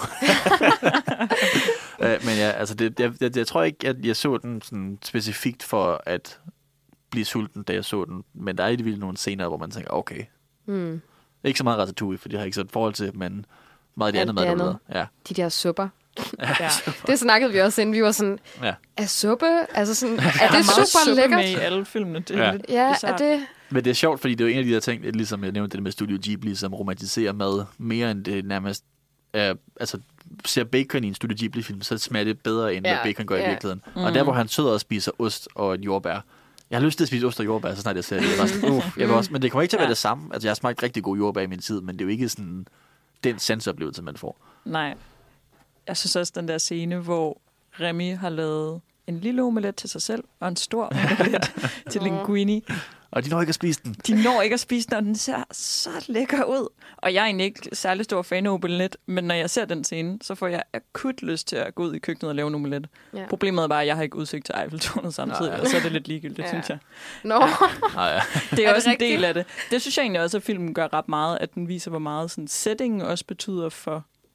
S4: Men jeg tror ikke, at jeg så den sådan specifikt for at blive sulten, da jeg så den. Men der er i det vildt nogle scener, hvor man tænker, okay. Ikke så meget ratatouille, for det har ikke så et forhold til, men meget af det andet mad. Ja.
S2: De der supper. Ja. Det snakkede vi også, inden vi var sådan, er suppe? Altså sådan, er det super lækkert?
S3: Med i alle filmene. Det er lidt
S2: er det...
S4: Men det er sjovt, fordi det er jo en af de der ting, ligesom jeg nævnte det med Studio Ghibli, som romantiserer mad mere end det nærmest ser bacon i en Studio Ghibli-film, så smager det bedre, end hvad bacon gør i virkeligheden. Og der, hvor han sidder og spiser ost og jordbær, jeg har lyst til at spise ost og jordbær, så snart jeg ser det. Jeg vil også, men det kommer ikke til at være det samme. Altså, jeg har smagt rigtig god jordbær i min tid, men det er jo ikke sådan den sanseoplevelse, man får.
S3: Nej. Jeg synes også, den der scene, hvor Remy har lavet en lille omelet til sig selv, og en stor omelet til linguini.
S4: Og de når ikke at spise den.
S3: De når ikke at spise den, og den ser så lækker ud. Og jeg er egentlig ikke særlig stor fan af omelet, men når jeg ser den scene, så får jeg akut lyst til at gå ud i køkkenet og lave en omelet. Ja. Problemet er bare, at jeg har ikke udsigt til Eiffeltårnet samtidig, og så er det lidt ligegyldigt, synes jeg. Det er også en del af det. Det synes jeg egentlig også, at filmen gør ret meget, at den viser, hvor meget sådan, settingen også betyder for,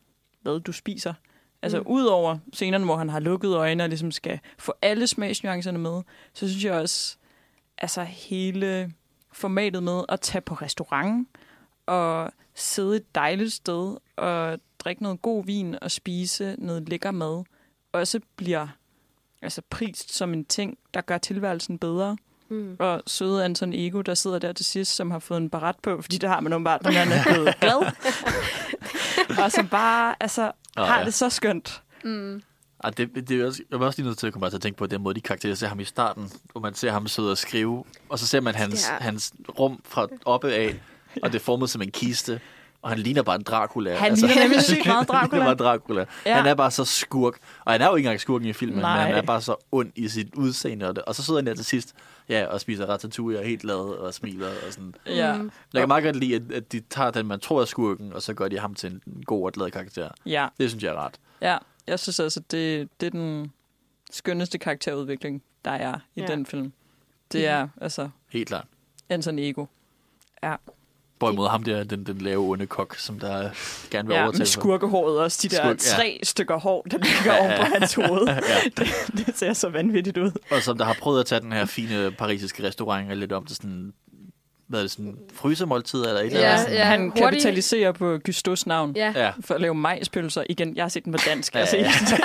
S3: hvad du spiser. Altså ud over scenerne, hvor han har lukket øjne og ligesom skal få alle smagsnuancerne med, så synes jeg også, altså hele formatet med at tage på restaurant og sidde et dejligt sted og drikke noget god vin og spise noget lækker mad, også bliver altså prist som en ting, der gør tilværelsen bedre. Og søde Anton Ego, der sidder der til sidst, som har fået en barat på, fordi der har man nogle barn, der er blevet glad. Og som bare har det så skønt.
S4: Det er også, jeg var også lige nødt til at komme til at tænke på den måde, de karakteriserer ham i starten, hvor man ser ham sidde og skrive, og så ser man hans rum fra oppe af, og det er formet som en kiste, og han ligner bare en Dracula.
S3: Han ligner nemlig sygt meget
S4: Dracula. Ja. Han er bare så skurk, og han er jo ikke engang skurken i filmen, men han er bare så ond i sit udseende, og så sidder han der til sidst, og spiser ratatouille og er helt glad og smiler og sådan.
S3: Ja.
S4: Jeg kan meget godt lide, at de tager den, man tror er skurken, og så gør de ham til en god og glad karakter.
S3: Ja.
S4: Det synes jeg er rart.
S3: Ja, jeg synes altså, det er den skønneste karakterudvikling, der er i den film. Det er altså...
S4: Helt klart.
S3: Anton Ego. Ja.
S4: Hvorimod ham der, den lave onde kok, som der gerne vil overtage.
S3: Ja, med skurkehåret også. De der 3 stykker hår, der ligger over på hans hoved. Det ser så vanvittigt ud.
S4: Og som der har prøvet at tage den her fine parisiske restaurant lidt om til sådan... Hvad er det, sådan frysemåltid eller et eller andet?
S3: Ja, han kapitaliserer på Gustos navn for at lave majspølser. Igen, jeg har set den på dansk. Det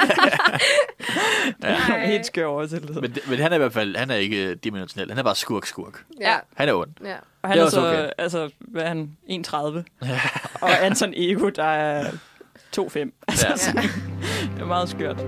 S3: er helt skør oversættelse.
S4: Men han er i hvert fald, han er ikke dimensionel. Han er bare skurk.
S2: Ja.
S4: Han er ond.
S2: Ja.
S3: Og han er så, okay. Altså, hvad er han? 1,30. Og Anton Ego, der er 2,5. Altså, det er meget skørt.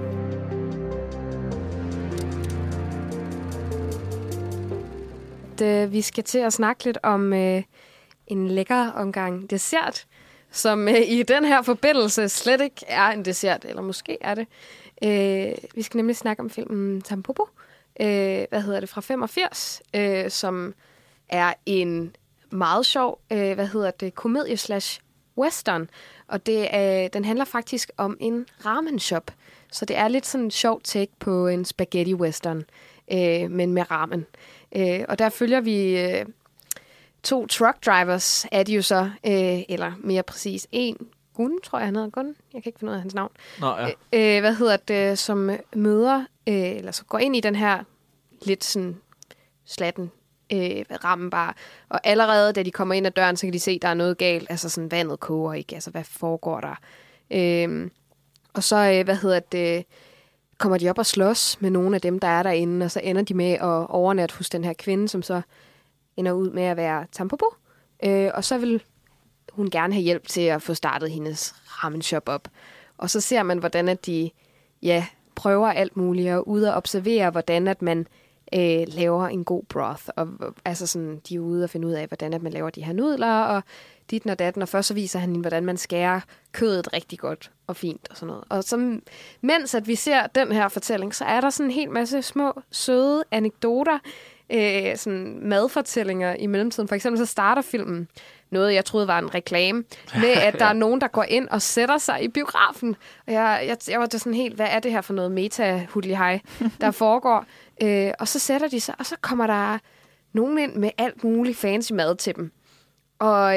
S2: Vi skal til at snakke lidt om en lækker omgang dessert, som i den her forbindelse slet ikke er en dessert, eller måske er det. Vi skal nemlig snakke om filmen Tampopo, fra 85, som er en meget sjov, komedie/western, og den handler faktisk om en ramen shop. Så det er lidt sådan en sjov take på en spaghetti western, men med ramen. Og der følger vi 2 truck drivers, er de jo så, eller mere præcis en Gunn, tror jeg han hedder. Gunn? Jeg kan ikke finde ud af hans navn.
S4: Nå, ja.
S2: Som møder, eller så går ind i den her lidt sådan slatten rammen bare. Og allerede, da de kommer ind ad døren, så kan de se, at der er noget galt. Altså sådan, vandet koger ikke. Altså, hvad foregår der? Og så, kommer de op og slås med nogle af dem, der er derinde, og så ender de med at overnatte hos den her kvinde, som så ender ud med at være Tampopo. Og så vil hun gerne have hjælp til at få startet hendes ramen shop op. Og så ser man, hvordan at de prøver alt muligt, og ude og observere, hvordan at man laver en god broth. Og altså sådan, de er ude og finde ud af, hvordan at man laver de her nudler, og ditten og datten, og først så viser han hende, hvordan man skærer kødet rigtig godt og fint og sådan noget. Og så, mens at vi ser den her fortælling, så er der sådan en hel masse små, søde anekdoter, sådan madfortællinger i mellemtiden. For eksempel så starter filmen noget, jeg troede var en reklame, med at der er nogen, der går ind og sætter sig i biografen. Og jeg var da sådan helt, hvad er det her for noget meta-hudli-hej, der foregår? Og så sætter de sig, og så kommer der nogen ind med alt muligt fancy mad til dem. Og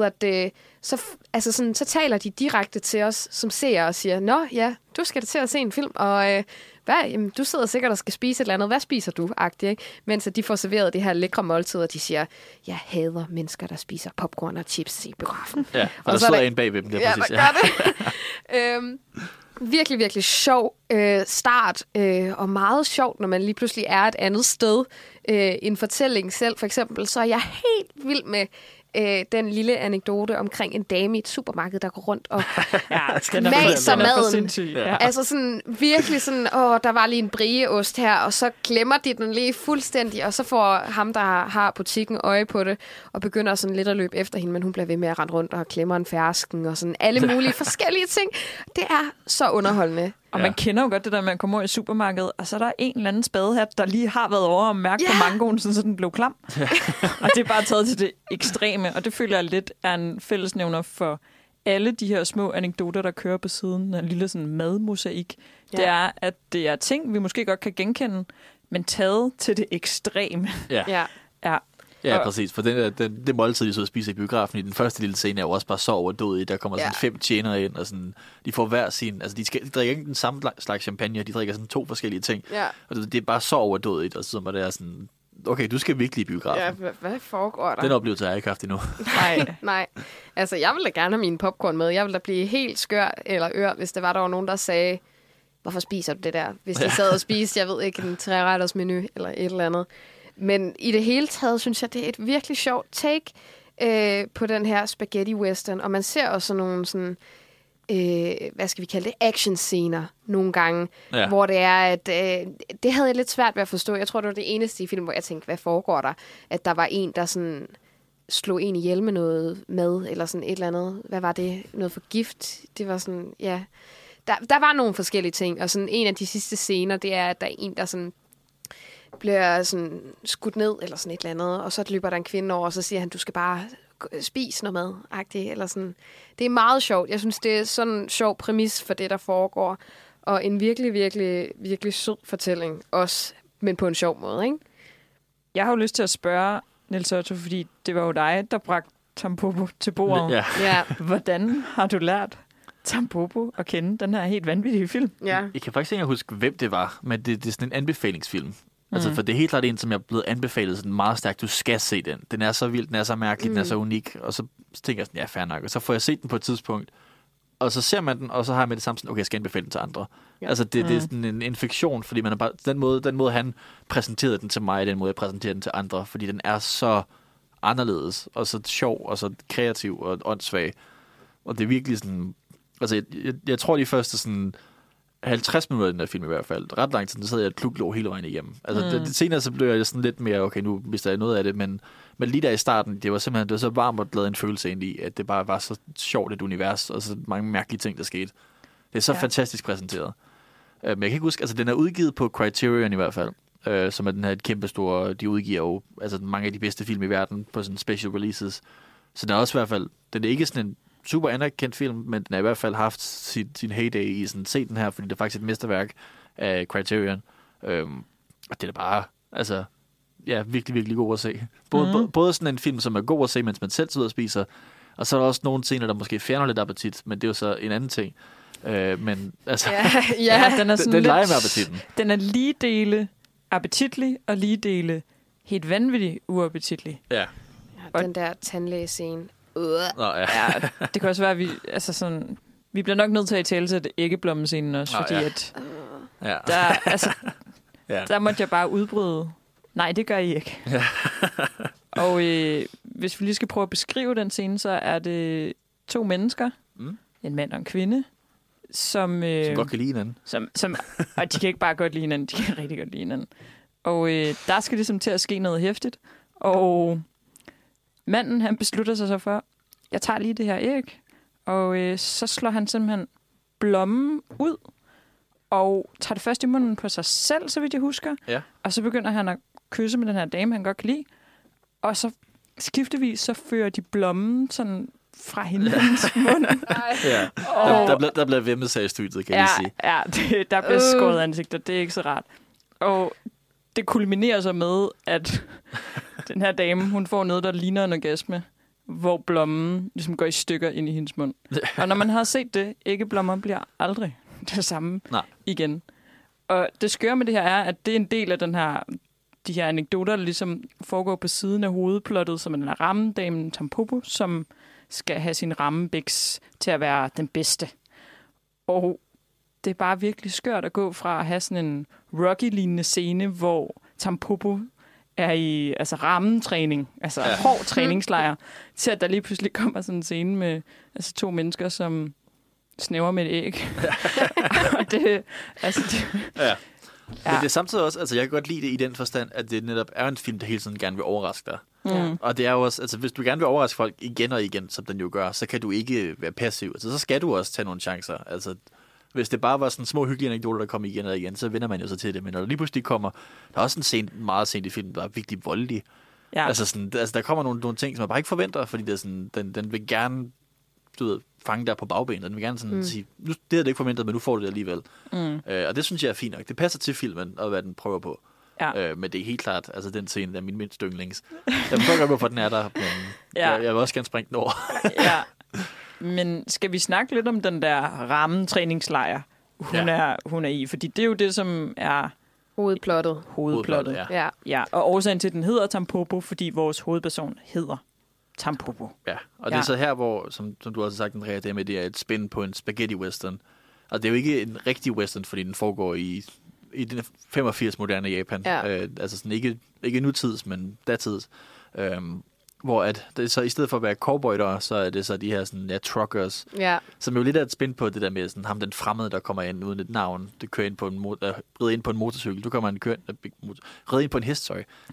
S2: så taler de direkte til os som seere og siger, nå ja, du skal da til at se en film, og jamen, du sidder sikkert og skal spise et eller andet. Hvad spiser du? Agtigt, ikke? Mens de får serveret det her lækre måltid, og de siger, jeg hader mennesker, der spiser popcorn og chips i biografen.
S4: Ja, og der sidder en bagved dem, det er præcis.
S2: Ja, det. Virkelig, virkelig sjov start, og meget sjovt, når man lige pludselig er et andet sted. En fortælling selv, for eksempel, så er jeg helt vild med den lille anekdote omkring en dame i et supermarked, der går rundt og maser maden. Ja. Altså sådan virkelig sådan, der var lige en brieost her, og så glemmer de den lige fuldstændig, og så får ham, der har butikken, øje på det, og begynder sådan lidt at løbe efter hende, men hun bliver ved med at rende rundt og klemmer en fersken, og sådan alle mulige forskellige ting. Det er så underholdende.
S3: Og man kender jo godt det der med at komme over i supermarkedet, og så er der en eller anden spadehat, der lige har været over og mærke på mangoen, så den blev klam. Og det er bare taget til det ekstreme, og det føler jeg lidt er en fællesnævner for alle de her små anekdoter, der kører på siden af en lille sådan madmosaik. Ja. Det er, at det er ting, vi måske godt kan genkende, men taget til det ekstreme.
S2: Ja.
S3: Ja.
S4: Ja, præcis. For det måltid, de så spiser i biografen, i den første lille scene, er jo også bare så overdådigt. Der kommer sådan 5 tjenere ind, og sådan, de får hver sin... Altså, de drikker ikke den samme slags champagne, de drikker sådan 2 forskellige ting. Ja. Og det er bare så overdådigt, og så var det sådan... Okay, du skal virkelig i biografen.
S2: Ja, hvad foregår der?
S4: Den oplevelse har jeg ikke haft endnu.
S2: Nej. Altså, jeg ville da gerne have min popcorn med. Jeg ville da blive helt skør eller ør, hvis der var nogen, der sagde, hvorfor spiser du det der? Hvis de sad og spiste, jeg ved ikke, en 3-retters menu eller et eller andet. Men i det hele taget, synes jeg, det er et virkelig sjovt take på den her spaghetti western. Og man ser også nogle sådan... hvad skal vi kalde det, action-scener nogle gange, hvor det er, at det havde jeg lidt svært ved at forstå. Jeg tror, det var det eneste i film, hvor jeg tænkte, hvad foregår der? At der var en, der sådan slog en ihjel med noget mad, eller sådan et eller andet. Hvad var det? Noget for gift? Det var sådan, ja. Der var nogle forskellige ting, og sådan en af de sidste scener, det er, at der er en, der sådan bliver sådan skudt ned, eller sådan et eller andet, og så løber der en kvinde over, og så siger han, du skal bare spise noget mad-agtigt, eller sådan. Det er meget sjovt. Jeg synes, det er sådan en sjov præmis for det, der foregår, og en virkelig, virkelig, virkelig sød fortælling også, men på en sjov måde, ikke?
S3: Jeg har jo lyst til at spørge, Niels Otto, fordi det var jo dig, der bragte Tampopo til bordet.
S2: Ja. Hvordan
S3: har du lært Tampopo at kende den her helt vanvittige film?
S2: Ja.
S4: Jeg kan faktisk ikke huske, hvem det var, men det er sådan en anbefalingsfilm. Altså, for det er helt klart en, som jeg er blevet anbefalet sådan meget stærkt. Du skal se den. Den er så vild, den er så mærkelig, den er så unik. Og så tænker jeg sådan, ja, fair nok. Og så får jeg set den på et tidspunkt, og så ser man den, og så har jeg med det samme sådan, okay, jeg skal anbefale den til andre. Ja. Altså, det er sådan en infektion, fordi man er bare, den måde, han præsenterede den til mig, den måde, jeg præsenterer den til andre, fordi den er så anderledes, og så sjov, og så kreativ, og åndssvag. Og det er virkelig sådan, altså, jeg tror, de første sådan 50 minutter af den der film i hvert fald. Ret lang tid, så sad jeg et kluglå hele vejen igennem. Altså, det senere så blev jeg sådan lidt mere, okay, nu mister jeg noget af det, men lige der i starten, det var så varmt og glad en følelse ind i, at det bare var så sjovt et univers, og så mange mærkelige ting, der skete. Det er så fantastisk præsenteret. Men jeg kan ikke huske, altså den er udgivet på Criterion i hvert fald, som er den her et kæmpe store, de udgiver jo altså mange af de bedste film i verden på sådan special releases. Så den er også i hvert fald, den er ikke sådan en super anerkendt film, men den har i hvert fald haft sin heyday i sådan, se den her, fordi det er faktisk et mesterværk af Criterion. Og det er bare, altså, ja, virkelig, virkelig god at se. Både sådan en film, som er god at se, mens man selv sidder og spiser, og så er der også nogle scener, der måske fjerner lidt appetit, men det er jo så en anden ting. Men altså,
S3: den er sådan
S4: den leger med appetitten.
S3: Den er lige dele appetitlig, og lige dele helt vanvittig uappetitlig.
S2: Ja, den der tandlægescene.
S3: Det kan også være, at vi bliver nok nødt til at italesætte æggeblommescenen også, fordi at der måtte jeg bare udbryde. Nej, det gør I ikke. Ja. Og hvis vi lige skal prøve at beskrive den scene, så er det 2 mennesker, en mand og en kvinde, som
S4: godt kan lide hinanden.
S3: Og de kan ikke bare godt lide hinanden, de kan rigtig godt lide hinanden. Og der skal ligesom til at ske noget hæftigt. Og manden, han beslutter sig så for, jeg tager lige det her æg, og så slår han simpelthen blommen ud, og tager det først i munden på sig selv, så vidt jeg husker. Ja. Og så begynder han at kysse med den her dame, han godt kan lide. Og så skiftevis, så fører de blommen sådan fra hinandens mund.
S4: Ja. Der bliver vemmet sig i studiet, kan jeg sige.
S3: Ja, der bliver skåret ansigter, det er ikke så rart. Og det kulminerer så med, at den her dame, hun får noget, der ligner en orgasme, hvor blommen ligesom går i stykker ind i hendes mund. Og når man har set det, æggeblommer bliver aldrig det samme igen. Og det skøre med det her er, at det er en del af de her anekdoter, der ligesom foregår på siden af hovedplottet, som den her rammedamen Tampopo, som skal have sin rammebiks til at være den bedste. Og det er bare virkelig skørt at gå fra at have sådan en Rocky-lignende scene, hvor Tampopo er i rammentræning, hård træningslejr, til at der lige pludselig kommer sådan en scene med 2 mennesker, som snæver med et æg. Og det.
S4: Men det er samtidig også, altså jeg kan godt lide det i den forstand, at det netop er en film, der hele tiden gerne vil overraske dig. Og det er jo også, altså hvis du gerne vil overraske folk igen og igen, som den jo gør, så kan du ikke være passiv. Altså så skal du også tage nogle chancer. Altså hvis det bare var sådan små hyggelige anekdoter, der kommer igen og igen, så vender man jo så til det. Men når der lige pludselig kommer, der er også en scene, meget sent i filmen, der er virkelig voldelig. Ja. Altså der kommer nogle ting, som man bare ikke forventer, fordi det er sådan, den vil gerne fange der på bagbenet. Den vil gerne sådan sige, nu, det havde det ikke forventet, men nu får du det alligevel. Og det synes jeg er fint nok. Det passer til filmen, og hvad den prøver på.
S3: Ja.
S4: Men det er helt klart, altså den scene, der er min mindste yndlings. Jeg forstår godt, hvorfor den er der, men jeg vil også gerne springe den over.
S3: Ja. Men skal vi snakke lidt om den der rammetræningslejr, hun er i? Fordi det er jo det, som er
S2: hovedplottet.
S3: Ja. Og årsagen til, at den hedder Tampopo, fordi vores hovedperson hedder Tampopo.
S4: Ja, og det er så her, hvor, som du også har sagt, Andrea, det med, det er et spin på en spaghetti western. Og det er jo ikke en rigtig western, fordi den foregår i den 85 moderne Japan.
S2: Ja.
S4: Altså sådan ikke nutids, men datids. Hvor at det så i stedet for at være cowboyder, så er det så de her sådan, truckers, som jo lidt er et spin på det der med sådan, ham den fremmede, der kommer ind uden et navn, det kører ind på rider ind på en motorcykel. Du kommer rider ind på en hest,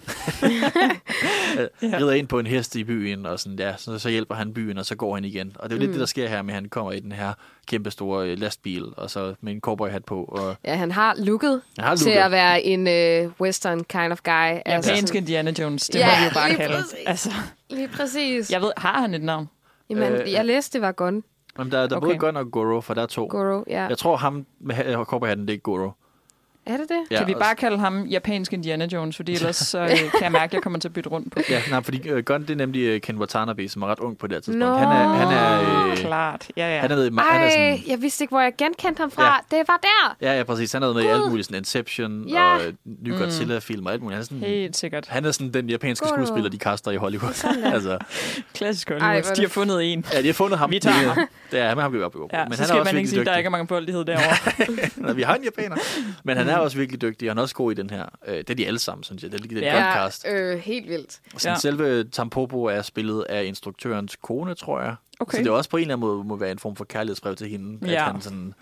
S4: rider ind på en hest i byen, og sådan, så hjælper han byen, og så går han igen. Og det er jo lidt det, der sker her med, at han kommer i den her kæmpe store lastbil, og så med en cowboyhat på. Og
S2: ja, han har looket til at være en western kind of guy.
S3: Japansk Indiana Jones, det må vi jo bare kalde. Altså.
S2: Lige præcis.
S3: Jeg ved, har han et navn?
S2: Jamen, jeg læste, det var Gon.
S4: Jamen, der er både Gon og Goro, for der er 2.
S2: Goro, ja.
S4: Jeg tror, ham med cowboyhatten, det er Goro.
S2: Er det det?
S3: Ja, kan vi bare kalde ham japansk Indiana Jones, fordi ellers så kan jeg mærke, at jeg kommer til at bytte rundt på.
S4: Ja, nej, fordi Gon, det er nemlig Ken Watanabe, som er ret ung på det her tidspunkt.
S2: No.
S4: Han er
S3: klart. Ja.
S4: Han er sådan,
S2: jeg vidste ikke, hvor jeg genkendte ham fra. Ja. Det var der.
S4: Ja, præcis. Han er med i alt muligt, sådan Inception og nye Godzilla-film og alt muligt. Han er sådan,
S3: helt sikkert.
S4: Han er sådan den japanske skuespiller, de kaster i Hollywood. Altså.
S3: Klassisk Hollywood. De har fundet en.
S4: Ja, de har fundet ham.
S3: Vi tager ham.
S4: Det er ham, har vi oppe i.
S3: Ja, men så skal man ikke sige, at der ikke er mange voldighed derovre.
S4: Vi har en japaner. Men han er også virkelig dygtig. Han er også god i den her. Det er de alle sammen, synes jeg. Det er et podcast.
S2: Helt vildt.
S4: Selve Tampopo er spillet af instruktørens kone, tror jeg.
S3: Okay.
S4: Så det er også på en eller anden måde må være en form for kærlighedsbrev til hende. At han sådan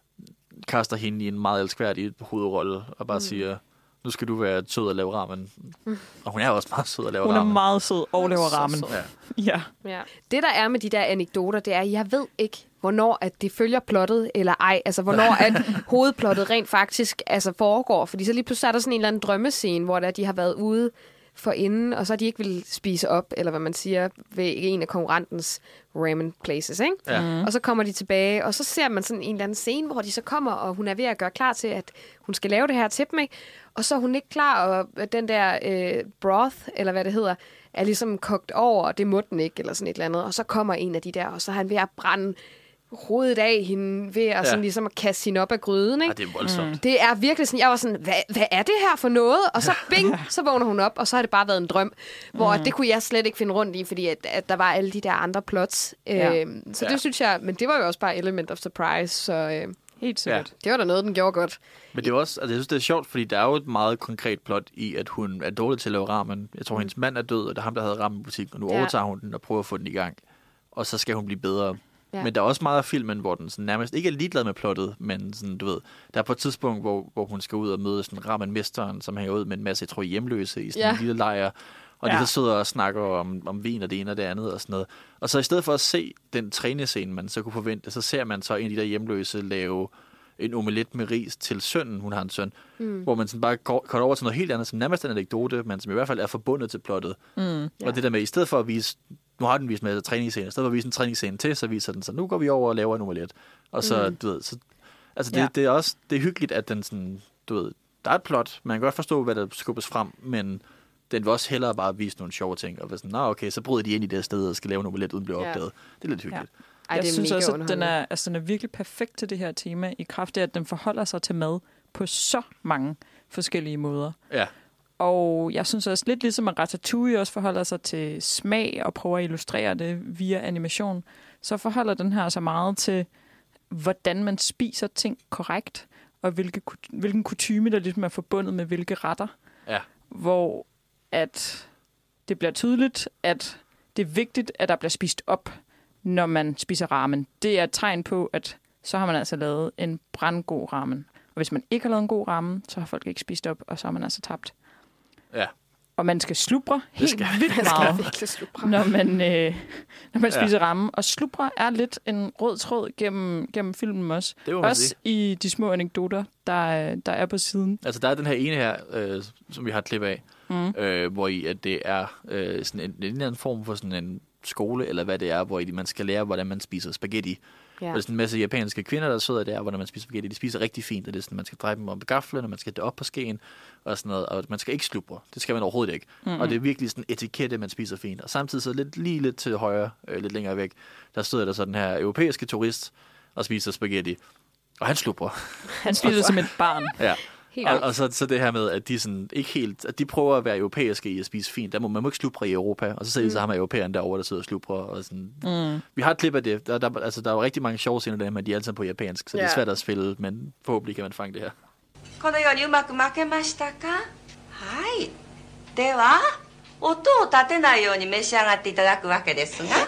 S4: kaster hende i en meget elskværdig hovedrolle og bare siger, nu skal du være sød og lave ramen. Og hun er også meget sød at lave ramen.
S3: Hun er meget sød og laver ramen.
S2: Ja. Det, der er med de der anekdoter, det er, at jeg ved ikke, hvornår at det følger plottet eller ej. Altså, hvornår at hovedplottet rent faktisk foregår. Fordi så lige pludselig er der sådan en eller anden drømmescene, hvor de har været ude for inden, og så de ikke vil spise op, eller hvad man siger, ved en af konkurrentens ramen places, ikke?
S4: Ja.
S2: Og så kommer de tilbage, og så ser man sådan en eller anden scene, hvor de så kommer, og hun er ved at gøre klar til, at hun skal lave det her til dem, ikke? Og så er hun ikke klar, og den der broth, eller hvad det hedder, er ligesom kogt over, og det må den ikke, eller sådan et eller andet. Og så kommer en af de der, og så er han ved at brænde hovedet af hende ved at sådan ligesom at kaste hende op af gryden, ikke?
S4: Ja, det er voldsomt.
S2: Det er virkelig sådan, jeg var sådan, hvad er det her for noget? Og så bing, så vågner hun op, og så har det bare været en drøm, hvor det kunne jeg slet ikke finde rundt i, fordi at der var alle de der andre plots. Så det synes jeg, men det var jo også bare element of surprise, så
S3: helt sikkert.
S2: Det var da noget, den gjorde godt.
S4: Men det er også, altså jeg synes, det er sjovt, fordi der er jo et meget konkret plot i, at hun er dårlig til at lave ramen. Jeg tror, hendes mand er død, og det er ham, der havde ramenbutik, og nu overtager hun den og prøver at få den i gang. Og så skal hun blive bedre. Ja. Men der er også meget af filmen, hvor den sådan nærmest ikke er ligeglad med plottet, men sådan, du ved, der er på et tidspunkt, hvor hun skal ud og møde sådan ramenmesteren, som hænger ud med en masse, jeg tror, hjemløse i sådan en lille lejr. Og de så sidder og snakker om vin og det ene og det andet og sådan noget. Og så i stedet for at se den trænescene, man så kunne forvente, så ser man så en af de der hjemløse lave en omelet med ris til sønnen, hun har en søn, hvor man sådan bare går over til noget helt andet, som nærmest en anekdote, men som i hvert fald er forbundet til plottet. Og det der med, i stedet for at vise, nu har den vist med træningsscene, i stedet for at vise en træningsscene til, så viser den så, nu går vi over og laver en omelet. Og så, du ved, så, altså det er også, det er hyggeligt, at den sådan, du ved, der er et plot, man kan godt forstå, hvad der skubbes frem, men den vil også hellere bare vise nogle sjove ting, og sådan, okay, så bryder de ind i det sted og skal lave en omelet uden at blive opdaget. Det er lidt hyggeligt.
S3: Jeg synes også, at den er virkelig perfekt til det her tema, i kraft af, at den forholder sig til mad på så mange forskellige måder.
S4: Ja.
S3: Og jeg synes også lidt ligesom, at Ratatouille også forholder sig til smag og prøver at illustrere det via animation, så forholder den her så meget til, hvordan man spiser ting korrekt, og hvilken kutyme, der ligesom er forbundet med hvilke retter.
S4: Ja.
S3: Hvor at det bliver tydeligt, at det er vigtigt, at der bliver spist op, når man spiser ramen. Det er et tegn på, at så har man altså lavet en brandgod ramen. Og hvis man ikke har lavet en god ramen, så har folk ikke spist op, og så har man altså tabt.
S4: Ja.
S3: Og man skal slubre helt vildt meget, når man spiser ramen. Og slubre er lidt en rød tråd gennem filmen også. Også i de små anekdoter, der er på siden.
S4: Altså, der er den her ene her, som vi har et klip af, hvor i at det er sådan en eller anden form for sådan en skole, eller hvad det er, hvor man skal lære, hvordan man spiser spaghetti. Ja. Og det er sådan en masse japanske kvinder, der sidder der, hvor når man spiser spaghetti, de spiser rigtig fint, og det er sådan, man skal dreje dem om på gaflen, og man skal det op på skeen, og sådan noget, og man skal ikke slubre. Det skal man overhovedet ikke. Mm-hmm. Og det er virkelig sådan etikette, man spiser fint. Og samtidig så lidt til højre, lidt længere væk, der sidder der så den her europæiske turist og spiser spaghetti. Og han slubrer.
S3: Han spiser som et barn.
S4: Ja. Og så det her med, at de sådan ikke helt, at de prøver at være europæiske i at spise fint. Man må ikke slubre i Europa. Og så sidder så ham af europæeren derovre, der sidder og slubrer. Og sådan. Vi har et klip af det. Der er jo rigtig mange sjove scener der, men de er alle sammen på japansk. Så det er svært at spille, men forhåbentlig kan man fange det her.
S7: このようにうまく巻けましたか？はい。では、音を立てないように召し上がっていただくわけですが。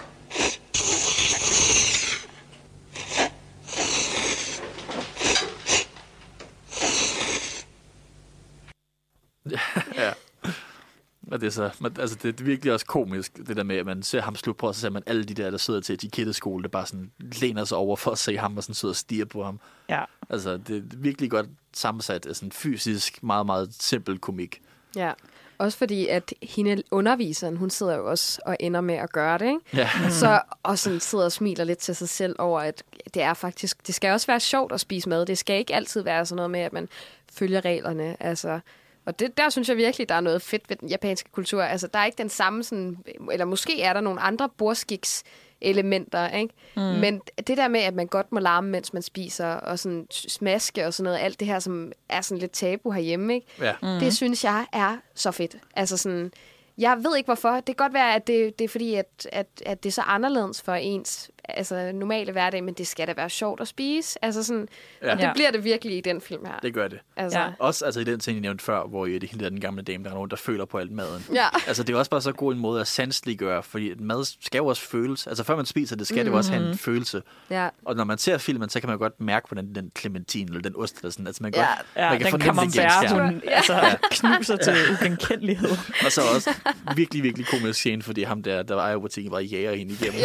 S4: Ja. Og det er så, altså det er virkelig også komisk, det der med, at man ser ham slutte på, og så ser man alle de der sidder til etiketteskole, der bare sådan læner sig over for at se ham, og sådan sidder og stiger på ham.
S3: Ja.
S4: Altså, det er virkelig godt sammensat af sådan fysisk, meget, meget simpel komik.
S2: Ja, også fordi, at hende underviseren, hun sidder jo også og ender med at gøre det, ikke?
S4: Ja.
S2: Så, og sådan sidder og smiler lidt til sig selv over, at det er faktisk, det skal også være sjovt at spise mad. Det skal ikke altid være sådan noget med, at man følger reglerne, altså. Og der synes jeg virkelig, der er noget fedt ved den japanske kultur. Altså, der er ikke den samme sådan, eller måske er der nogle andre bordskiks-elementer, ikke? Men det der med, at man godt må larme, mens man spiser, og sådan smaske og sådan noget, alt det her, som er sådan lidt tabu herhjemme, ikke?
S4: Ja.
S2: Det synes jeg er så fedt. Altså sådan, jeg ved ikke hvorfor. Det kan godt være, at det er fordi, at det er så anderledes for ens normale hverdag, men det skal da være sjovt at spise. Altså sådan, og det bliver det virkelig i den film her.
S4: Det gør det.
S2: Altså.
S4: Også i den ting, jeg nævnte før, hvor det er hende der den gamle dame, der er nogen, der føler på alt maden.
S2: Ja.
S4: Altså, det er også bare så god en måde at sanseliggøre, fordi mad skal jo også føles. Altså, før man spiser det, skal det jo også have en følelse.
S2: Ja.
S4: Og når man ser filmen, så kan man godt mærke, hvordan den clementin eller den ost eller sådan, altså man,
S3: man kan fornemme det genskærm. Knuser til ugenkendelighed.
S4: Og så også virkelig, virkelig komisk scene, fordi ham der var jo butikken, bare jager hende igennem.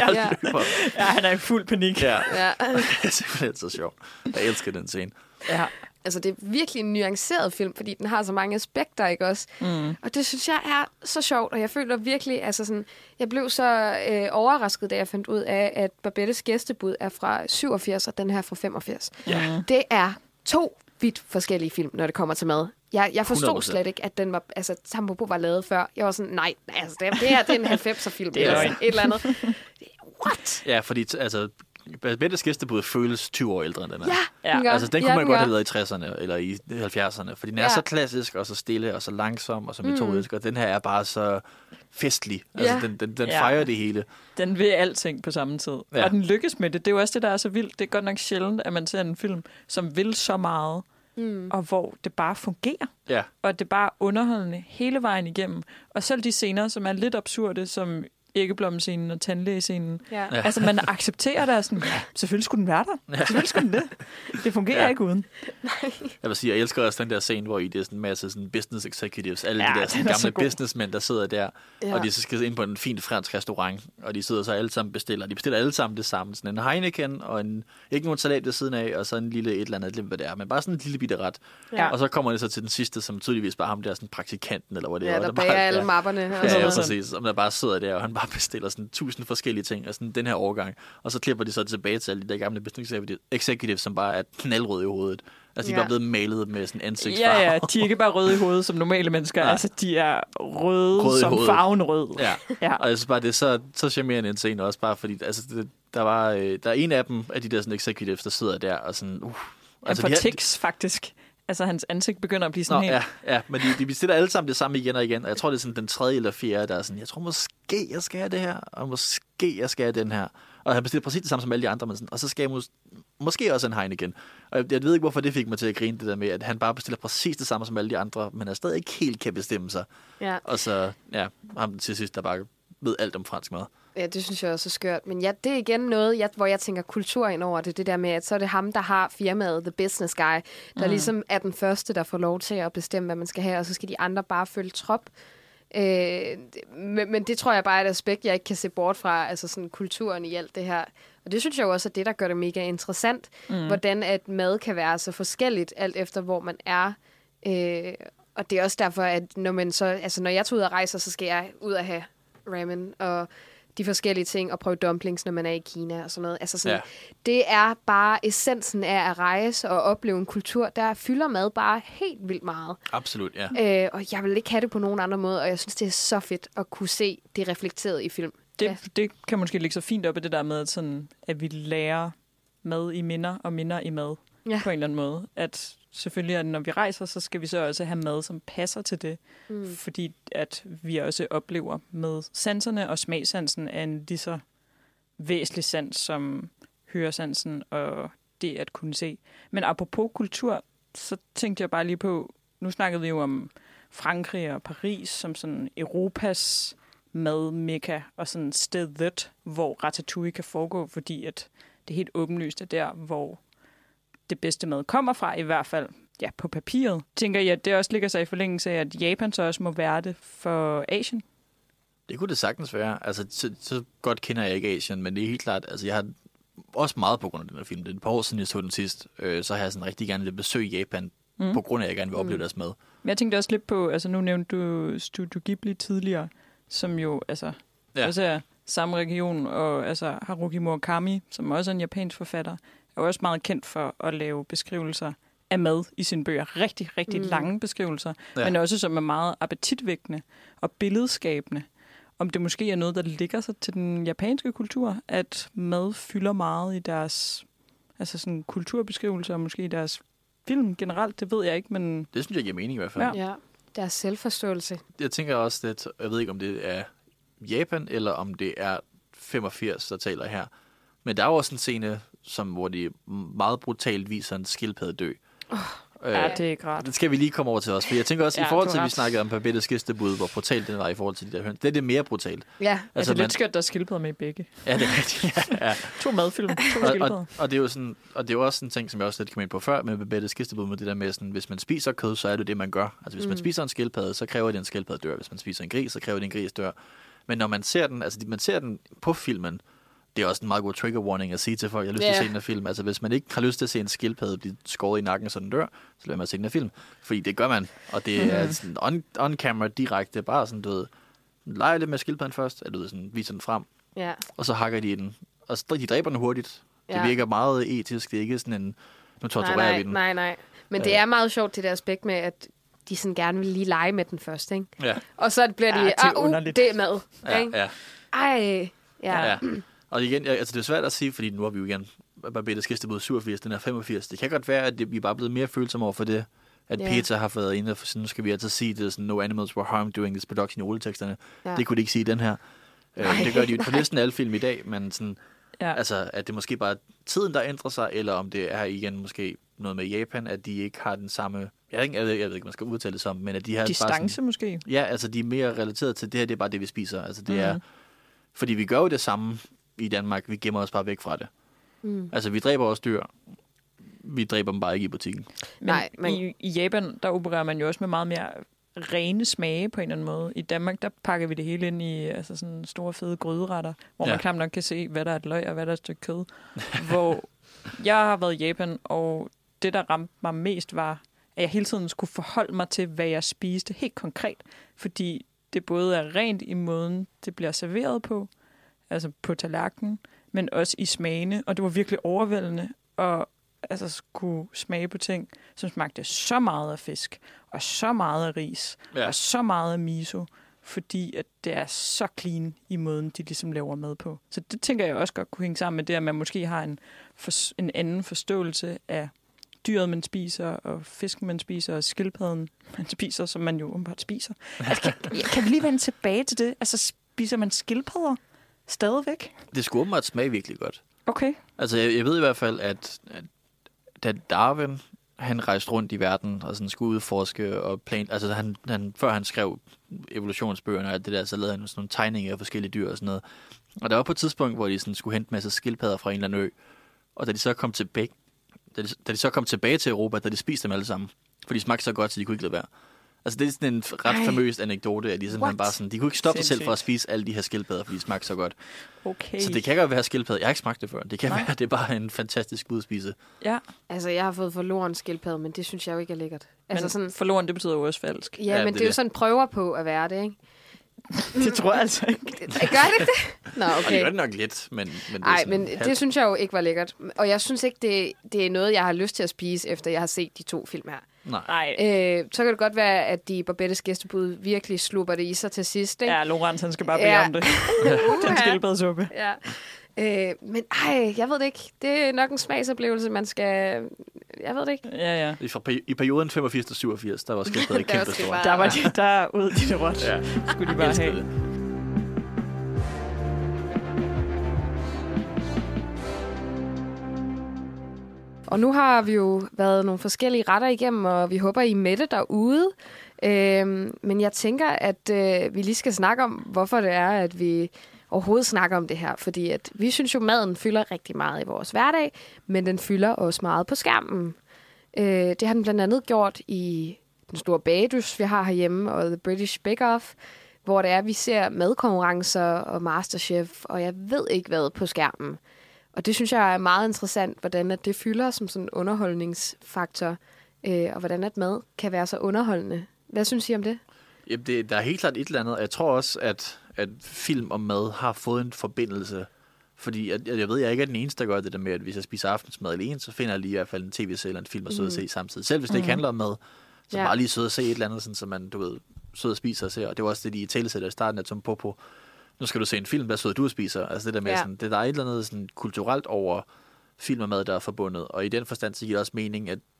S3: Ja, han er i fuld panik.
S4: Ja. Det er simpelthen så sjovt. Jeg elsker den scene.
S2: Ja. Altså, det er virkelig en nuanceret film, fordi den har så mange aspekter, ikke også? Og det synes jeg er så sjovt, og jeg føler virkelig, altså sådan, jeg blev så overrasket, da jeg fandt ud af, at Babettes gæstebud er fra 87, og den her fra 85.
S4: Ja.
S2: Det er 2 vidt forskellige film, når det kommer til mad. Jeg forstod 100%. Slet ikke, at den var, altså, Tampopo var lavet før. Jeg var sådan, nej, altså, det her det er en 90'er film. Det er et eller andet. What?
S4: Ja, fordi altså, Babettes gæstebud føles 20 år ældre end den her.
S2: Ja.
S4: Altså, den kunne man godt have lavet i 60'erne eller i 70'erne, fordi den er så klassisk, og så stille, og så langsom, og så metodisk, og den her er bare så festlig. Altså, den fejrer det hele.
S3: Den vil alting på samme tid. Ja. Og den lykkes med det. Det er jo også det, der er så vildt. Det er godt nok sjældent, at man ser en film, som vil så meget, og hvor det bare fungerer.
S4: Ja.
S3: Og det er bare underholdende hele vejen igennem. Og selv de scener, som er lidt absurde, som æggeblommescenen og tandlægescenen. Ja. Altså, man accepterer det sådan, selvfølgelig skulle den være der. Selvfølgelig skulle den det. Det fungerer ikke uden.
S4: Jeg vil sige, jeg elsker også den der scene, hvor det er sådan en masse sådan business executives, alle de der sådan gamle businessmænd, der sidder der, og de så skal ind på en fin fransk restaurant, og de sidder så alle sammen bestiller. De bestiller alle sammen det samme. Sådan en Heineken, og ikke nogen salat ved siden af, og så en lille et eller andet, hvad det er, men bare sådan en lille bitte ret. Ja. Og så kommer det så til den sidste, som tydeligvis bare ham der, sådan praktikanten, eller hvad det er.
S2: Ja, der bager alle mapperne.
S4: Ja, præcis. Som der bare sidder der, og han bare bestiller sådan 1000 forskellige ting, og sådan den her årgang. Og så klipper de så tilbage til alle de der gamle business executives, som bare er knaldrøde i hovedet. Altså, de er bare blevet malet med sådan ansigtsfarve.
S3: Ja, de er ikke bare røde i hovedet som normale mennesker. Nej. Altså, de er røde som farven rød.
S4: Ja. Og jeg synes bare, det er så charmerende en scene også, bare fordi, altså, der er en af dem, af de der sådan executives, der sidder der, og sådan,
S3: altså, han får tics, faktisk. Altså, hans ansigt begynder at blive sådan helt...
S4: Ja, men de bestiller alle sammen det samme igen og igen, og jeg tror, det er sådan den 3. eller 4., der er sådan, jeg tror måske, jeg skal have det her, og måske, jeg skal have den her. Og han bestiller præcis det samme som alle de andre, men sådan, og så skal jeg måske også en Heineken. Og jeg ved ikke, hvorfor det fik mig til at grine, det der med, at han bare bestiller præcis det samme som alle de andre, men han stadig ikke helt kan bestemme sig. Ja. Og så, ham til sidst, der bare ved alt om fransk mad.
S2: Ja, det synes jeg også er skørt. Men ja, det er igen noget, hvor jeg tænker kultur ind over det. Det der med, at så er det ham, der har firmaet, the business guy, der ligesom er den første, der får lov til at bestemme, hvad man skal have, og så skal de andre bare følge trop. Men det tror jeg bare er et aspekt, jeg ikke kan se bort fra, altså sådan kulturen i alt det her. Og det synes jeg jo også er det, der gør det mega interessant, hvordan at mad kan være så forskelligt, alt efter hvor man er. Og det er også derfor, at når jeg tager ud og rejser, så skal jeg ud og have ramen, og de forskellige ting, og prøve dumplings, når man er i Kina og sådan noget. Altså sådan, det er bare essensen af at rejse og opleve en kultur, der fylder mad bare helt vildt meget.
S4: Absolut, ja.
S2: Og jeg vil ikke have det på nogen andre måde, og jeg synes, det er så fedt at kunne se det reflekteret i film.
S3: Det kan måske ligge så fint op i det der med, at, sådan, at vi lærer mad i minder og minder i mad på en eller anden måde. At selvfølgelig, at når vi rejser, så skal vi så også have mad, som passer til det. Fordi at vi også oplever med sanserne, og smagsansen er en lige så væsentlig sans som høresansen og det at kunne se. Men apropos kultur, så tænkte jeg bare lige på, nu snakkede vi jo om Frankrig og Paris som sådan Europas madmekka og sådan stedet, hvor ratatouille kan foregå, fordi at det helt åbenlyst er der, hvor det bedste mad kommer fra, i hvert fald på papiret. Tænker jeg, at det også ligger sig i forlængelse af, at Japan så også må være det for Asien?
S4: Det kunne det sagtens være. Altså, så godt kender jeg ikke Asien, men det er helt klart, altså jeg har også meget på grund af den her film. Det er et par år siden, jeg så den sidst, så har jeg sådan rigtig gerne vil besøge Japan, på grund af, at jeg gerne vil opleve deres mad.
S3: Men jeg tænkte også lidt på, altså nu nævnte du Studio Ghibli tidligere, som jo altså også er samme region, og altså Haruki Murakami, som også er en japansk forfatter, er også meget kendt for at lave beskrivelser af mad i sine bøger. Rigtig, rigtig lange beskrivelser, men også som er meget appetitvækkende og billedskabende. Om det måske er noget, der ligger sig til den japanske kultur, at mad fylder meget i deres altså sådan kulturbeskrivelser, og måske i deres film generelt, det ved jeg ikke, men...
S4: Det synes jeg giver mening i hvert fald.
S2: Ja, deres selvforståelse.
S4: Jeg tænker også, at jeg ved ikke, om det er Japan, eller om det er 85, der taler her. Men der er jo også en scene, hvor de meget brutalt viser en skildpadde dø.
S3: Ja, det er ikke rart.
S4: Det skal vi lige komme over til os. For jeg tænker også, i forhold til, at vi snakkede om Babettes gæstebud, hvor brutalt den var i forhold til de der høns. Det er det mere brutalt.
S3: Ja, altså det er lidt skørt, der er skildpadder med i begge.
S4: Ja, det er rigtigt. Ja.
S3: 2 madfilm, 2 skildpadder.
S4: Og det er jo sådan, og det er jo også en ting, som jeg også lidt kom ind på før, med Babettes gæstebud, med det der med sådan, hvis man spiser kød, så er det det, man gør. Altså hvis man spiser en skildpadde, så kræver det en skildpadde dør. Hvis man spiser en gris, så kræver det en gris dør. Men når man ser den, altså man ser den på filmen, det er også en meget god trigger warning at sige til folk, jeg har lyst til at se den her film. Altså, hvis man ikke har lyst til at se en skildpadde blive skåret i nakken, så den dør, så lader man se den her film. Fordi det gør man, og det er sådan on-camera direkte, bare sådan, du ved, leger lidt med skildpadden først, eller du ved, sådan, viser den frem, og så hakker de den. Og de dræber den hurtigt. Det virker meget etisk, det er ikke sådan en, nu torturerer vi den.
S2: Nej. Men det er meget sjovt, det der aspekt med, at de sådan gerne vil lige lege med den først, ikke?
S4: Ja.
S2: Og så bliver de, det er mad. Ikke? Ej,
S4: ja. Og igen, altså det er svært at sige, fordi nu har vi jo igen Babettes gæstebud 87, den er 85. Det kan godt være, at vi er bare blevet mere følsomme over for det, at PETA har fået inde, for nu skal vi altid sige det, sådan, no animals were harmed during this production i rulleteksterne. Det kunne de ikke sige den her. Det gør de jo på næsten alle film i dag, men sådan, altså, at det måske bare tiden, der ændrer sig, eller om det er igen måske noget med Japan, at de ikke har den samme, jeg ved ikke, man skal udtale det som, men at de har
S3: distance
S4: bare sådan,
S3: måske?
S4: Ja, altså de er mere relateret til det her, det er bare det, vi spiser. Altså det er, fordi vi gør jo det samme i Danmark, vi gemmer os bare væk fra det. Altså, vi dræber også dyr. Vi dræber dem bare ikke i butikken.
S3: Men i Japan, der opererer man jo også med meget mere rene smage på en eller anden måde. I Danmark, der pakker vi det hele ind i altså sådan store, fede gryderetter, hvor man knap nok kan se, hvad der er et løg og hvad der er et stykke kød. Hvor jeg har været i Japan, og det, der ramte mig mest, var, at jeg hele tiden skulle forholde mig til, hvad jeg spiste helt konkret. Fordi det både er rent i måden, det bliver serveret på, altså på tallerkenen, men også i smagene, og det var virkelig overvældende at altså skulle smage på ting, som smagte så meget af fisk, og så meget af ris, og så meget af miso, fordi at det er så clean i måden, de ligesom laver mad på. Så det tænker jeg også godt kunne hænge sammen med det, at man måske har en anden forståelse af dyret, man spiser, og fisken, man spiser, og skildpadden, man spiser, som man jo umiddelbart spiser. Altså, kan vi lige vende tilbage til det? Altså, spiser man skildpadder stadigvæk? Det
S4: skulle åbenbart smage virkelig godt.
S3: Okay.
S4: Altså, jeg ved i hvert fald, at da Darwin, han rejste rundt i verden, og sådan skulle udforske, og altså han, før han skrev evolutionsbøgerne og alt det der, så lavede han sådan nogle tegninger af forskellige dyr og sådan noget. Og der var på et tidspunkt, hvor de sådan skulle hente en masse skildpadder fra en eller anden ø, og da de så kom tilbage til Europa, da de spiste dem alle sammen, for de smagte så godt, så de kunne ikke lade være. Altså, det er sådan en ret famøs anekdote, at de simpelthen bare sådan, de kunne ikke stoppe sig selv for at spise alle de her skildpadder, fordi de smagte så godt.
S3: Okay.
S4: Så det kan godt være skildpadder. Jeg har ikke smagt det før. Det kan være, det er bare en fantastisk udspise.
S2: Ja. Altså, jeg har fået forloren skildpadder, men det synes jeg jo ikke er lækkert. Altså,
S3: men sådan, forloren, det betyder jo også falsk.
S2: Ja, men det er jo sådan prøver på at være det, ikke?
S3: Det tror jeg altså ikke.
S2: Gør det ikke det? Nå, okay.
S4: Og det gør det nok lidt, men det
S2: Nej,
S4: er sådan
S2: men det synes jeg jo ikke var lækkert. Og jeg synes ikke, det er noget, jeg har lyst til at spise, efter jeg har set de 2 film her.
S3: Nej.
S2: Så kan det godt være, at de Barbettes gæstebud virkelig slupper det i sig til sidst. Ikke?
S3: Ja, Lorenz, han skal bare bede om det. Den skildpaddesuppe.
S2: Ja. Men jeg ved det ikke. Det er nok en smagsoplevelse, man skal... Jeg ved det ikke.
S3: Ja.
S4: I perioden 85 til 87, der var skildpadder kæmpe store.
S3: Der var de derude, de råt. Ja. Skulle de bare have. Det.
S2: Og nu har vi jo været nogle forskellige retter igennem, og vi håber, I er med det derude. Men jeg tænker, at vi lige skal snakke om, hvorfor det er, at vi overhovedet snakker om det her. Fordi at vi synes jo, maden fylder rigtig meget i vores hverdag, men den fylder også meget på skærmen. Det har den blandt andet gjort i den store bagedys, vi har herhjemme, og The British Bake Off, hvor det er, vi ser madkonkurrencer og Masterchef, og jeg ved ikke hvad på skærmen. Og det synes jeg er meget interessant, hvordan at det fylder som sådan en underholdningsfaktor, og hvordan at mad kan være så underholdende. Hvad synes I om det?
S4: Jamen, der er helt klart et eller andet. Jeg tror også, at film og mad har fået en forbindelse. Fordi jeg ved, jeg ikke er den eneste, der gør det der med, at hvis jeg spiser aftensmad alene, så finder jeg lige i hvert fald en tv-serie eller en film at sidde og se samtidig. Selv hvis det ikke handler om mad, så bare lige sidde og se et eller andet, sådan, så man, du ved, sidder og spiser og ser. Og det var også det, de talesætter i starten af Tom Popo. Nu skal du se en film, hvad sidder du og spiser? Altså det der med sådan, der er et eller andet sådan kulturelt over film og mad, der er forbundet. Og i den forstand, så giver det også mening at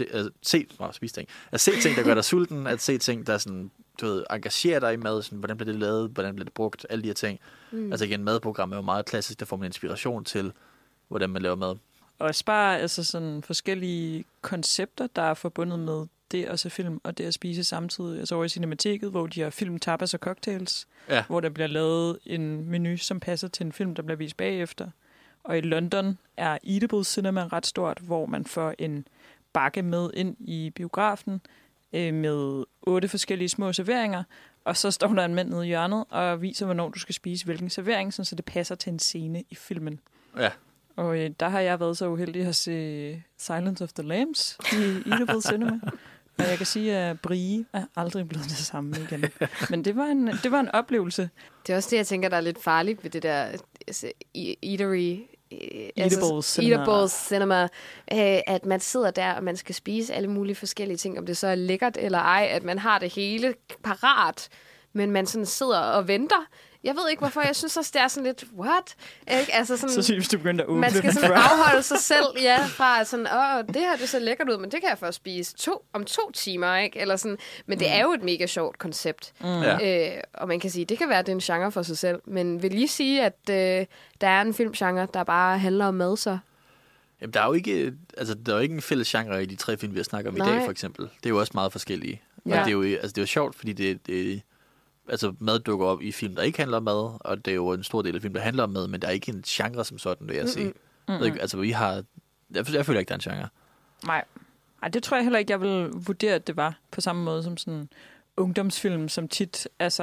S4: se ting, der gør dig sulten, at se ting, der sådan, du ved, engagerer dig i mad, sådan, hvordan bliver det lavet, hvordan bliver det brugt, alle de her ting. Altså igen, madprogram er jo meget klassisk, der får man inspiration til, hvordan man laver mad.
S3: Og også bare altså sådan forskellige koncepter, der er forbundet med det at se film og det at spise samtidig. Altså over i Cinemateket, hvor de har film, tapas og cocktails, hvor der bliver lavet en menu, som passer til en film, der bliver vist bagefter. Og i London er Eatable Cinema ret stort, hvor man får en bakke med ind i biografen med 8 forskellige små serveringer, og så står der en mand nede i hjørnet og viser, hvornår du skal spise hvilken servering, så det passer til en scene i filmen.
S4: Ja.
S3: Og der har jeg været så uheldig at se Silence of the Lambs i Eatable Cinema. Og jeg kan sige, at Brie er aldrig blevet det samme igen. Men det var en oplevelse.
S2: Det er også det, jeg tænker, der er lidt farligt ved det der Eatable cinema. At man sidder der, og man skal spise alle mulige forskellige ting, om det så er lækkert eller ej, at man har det hele parat, men man sådan sidder og venter. Jeg ved ikke, hvorfor. Jeg synes også, det er sådan lidt, what? Ikke? Altså sådan,
S3: så synes du begynder at åbne.
S2: Man skal sådan afholde sig selv, fra sådan, det her det ser lækkert ud, men det kan jeg først spise om 2 timer, ikke? Eller sådan. Men det er jo et mega sjovt koncept. Og man kan sige, det kan være, at det er en genre for sig selv. Men vil lige sige, at der er en filmgenre, der bare handler om mad, så?
S4: Jamen, der er jo ikke en fælles genre i de 3 film, vi har snakket om i dag, for eksempel. Det er jo også meget forskellige. Ja. Og det er jo sjovt, fordi det mad dukker op i film, der ikke handler om mad, og det er jo en stor del af film, der handler om mad, men der er ikke en genre som sådan, vil jeg sige. Altså, jeg føler ikke, der er en genre.
S3: Nej, det tror jeg heller ikke, jeg vil vurdere, at det var på samme måde som sådan en ungdomsfilm, som tit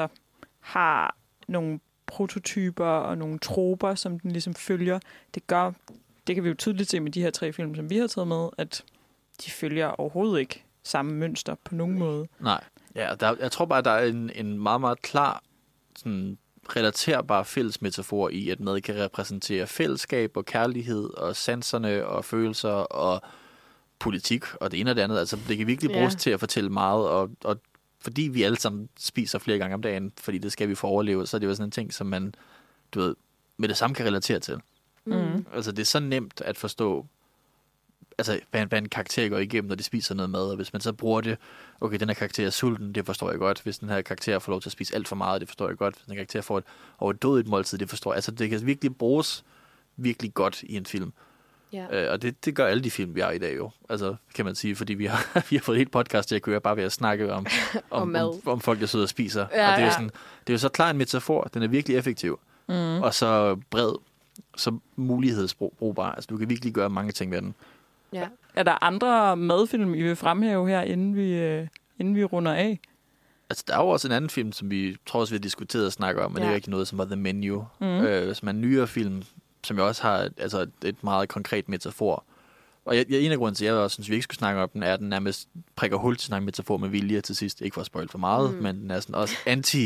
S3: har nogle prototyper og nogle troper, som den ligesom følger. Det kan vi jo tydeligt se med de her 3 film, som vi har taget med, at de følger overhovedet ikke samme mønster på nogen måde.
S4: Nej. Ja, jeg tror bare, der er en meget, meget klar, sådan, relaterbar fælles metafor i, at mad kan repræsentere fællesskab og kærlighed og sanserne og følelser og politik og det ene og det andet. Altså, det kan virkelig bruges til at fortælle meget, og fordi vi alle sammen spiser flere gange om dagen, fordi det skal vi for at overleve, så er det jo sådan en ting, som man, du ved, med det samme kan relatere til. Altså, det er så nemt at forstå, altså, hvad en karakter går igennem, når de spiser noget mad, og hvis man så bruger det, okay, den her karakter er sulten, det forstår jeg godt. Hvis den her karakter får lov til at spise alt for meget, det forstår jeg godt. Hvis den her karakter får et overdådigt måltid, det forstår jeg. Altså, det kan virkelig bruges virkelig godt i en film. Yeah. Og det gør alle de film, vi har i dag jo. Altså, kan man sige, fordi vi har fået et helt podcast til at køre, bare ved at snakke om folk, der sidder og spiser. Ja, og det er, sådan, det er jo så klar en metafor, den er virkelig effektiv. Og så bred, så mulighedsbrugbar. Altså, du kan virkelig gøre mange ting med den.
S3: Ja. Er der andre madfilm, I vil fremhæve her, inden vi runder af?
S4: Altså, der er jo også en anden film, som vi tror også, vi har diskuteret og snakket om, men det er ikke noget, som var The Menu. Som er en nyere film, som jo også har et meget konkret metafor. Og en af grunden til, at jeg også synes, vi ikke skulle snakke om den, er, at den nærmest prikker hul til en metafor med vilje til sidst. Ikke for at spoil for meget, men den er sådan også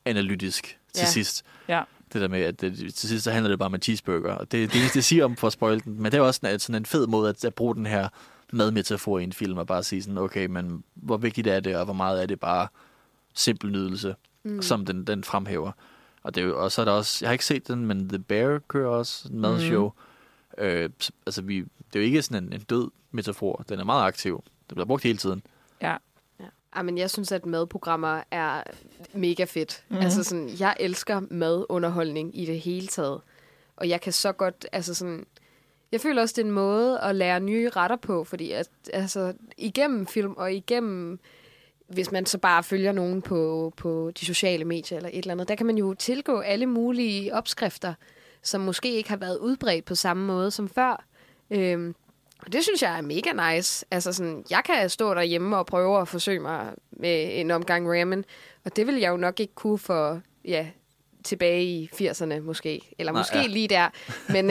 S4: analytisk til sidst.
S3: Ja.
S4: Det der med, at til sidst så handler det bare om en cheeseburger. Og det eneste, det siger om for at spoil den. Men det er også sådan en fed måde at bruge den her madmetafor i en film, og bare sige sådan, okay, men hvor vigtigt er det, og hvor meget er det bare simpel nydelse, som den fremhæver. Og det er jo, og så er der også, jeg har ikke set den, men The Bear kører også en madshow. Altså, det er jo ikke sådan en død metafor. Den er meget aktiv. Den bliver brugt hele tiden.
S3: Ja.
S2: Men jeg synes, at madprogrammer er mega fedt. Altså sådan, jeg elsker madunderholdning i det hele taget. Og jeg kan så godt, altså sådan, jeg føler også, det er en måde at lære nye retter på, fordi at, altså, igennem film og igennem, hvis man så bare følger nogen på de sociale medier eller et eller andet, der kan man jo tilgå alle mulige opskrifter, som måske ikke har været udbredt på samme måde som før. Og det synes jeg er mega nice. Altså sådan, jeg kan stå derhjemme og prøve at forsøge mig med en omgang ramen, og det vil jeg jo nok ikke kunne for, tilbage i 80'erne måske. Eller måske lige der. Men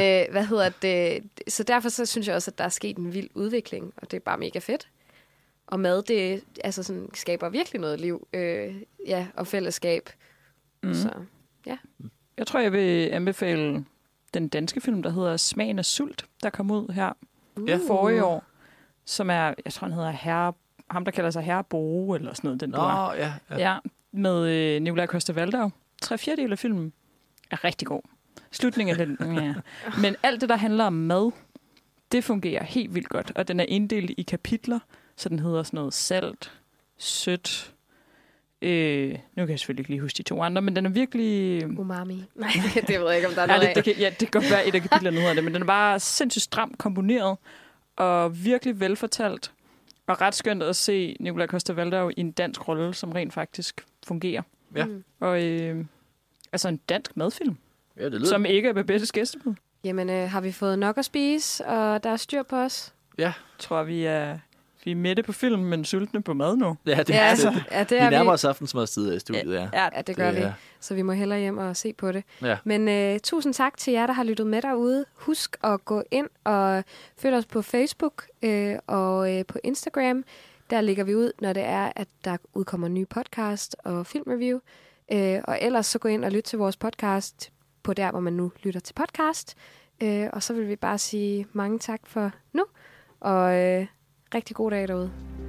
S2: så derfor så synes jeg også, at der er sket en vild udvikling, og det er bare mega fedt. Og mad, det altså sådan, skaber virkelig noget liv. Og fællesskab. Så, ja.
S3: Jeg tror, jeg vil anbefale den danske film, der hedder Smagen af sult, der kom ud her forrige år, som er, jeg tror, han hedder ham, der kalder sig Herre Bore, eller sådan noget. Den ja, med Nikolaj Coster-Waldau. 3/4 af filmen er rigtig god. Slutningen er lidt, Men alt det, der handler om mad, det fungerer helt vildt godt. Og den er inddelt i kapitler, så den hedder sådan noget salt, sødt. Nu kan jeg selvfølgelig ikke lige huske de 2 andre, men den er virkelig...
S2: Umami. Nej, det ved jeg ikke, om der er noget af.
S3: Det kan godt være et af kapitlerne hedder det, men den er bare sindssygt stramt komponeret og virkelig velfortalt. Og ret skønt at se Nikolaj Coster-Waldau i en dansk rolle, som rent faktisk fungerer.
S4: Ja.
S3: Og altså en dansk madfilm,
S4: det
S3: som ikke er Babettes gæstebud.
S2: Jamen, har vi fået nok at spise, og der er styr på os?
S4: Ja.
S3: Tror vi er mætte på film, men sultne på mad nu.
S4: Ja, det er vi nærmer os aftensmadstid i studiet.
S2: Ja, det gør vi. Så vi må hellere hjem og se på det.
S4: Ja.
S2: Men tusind tak til jer, der har lyttet med derude. Husk at gå ind og følge os på Facebook og på Instagram. Der ligger vi ud, når det er, at der udkommer nye podcast og filmreview. Og ellers så gå ind og lyt til vores podcast på der, hvor man nu lytter til podcast. Og så vil vi bare sige mange tak for nu. Og rigtig god dag derude.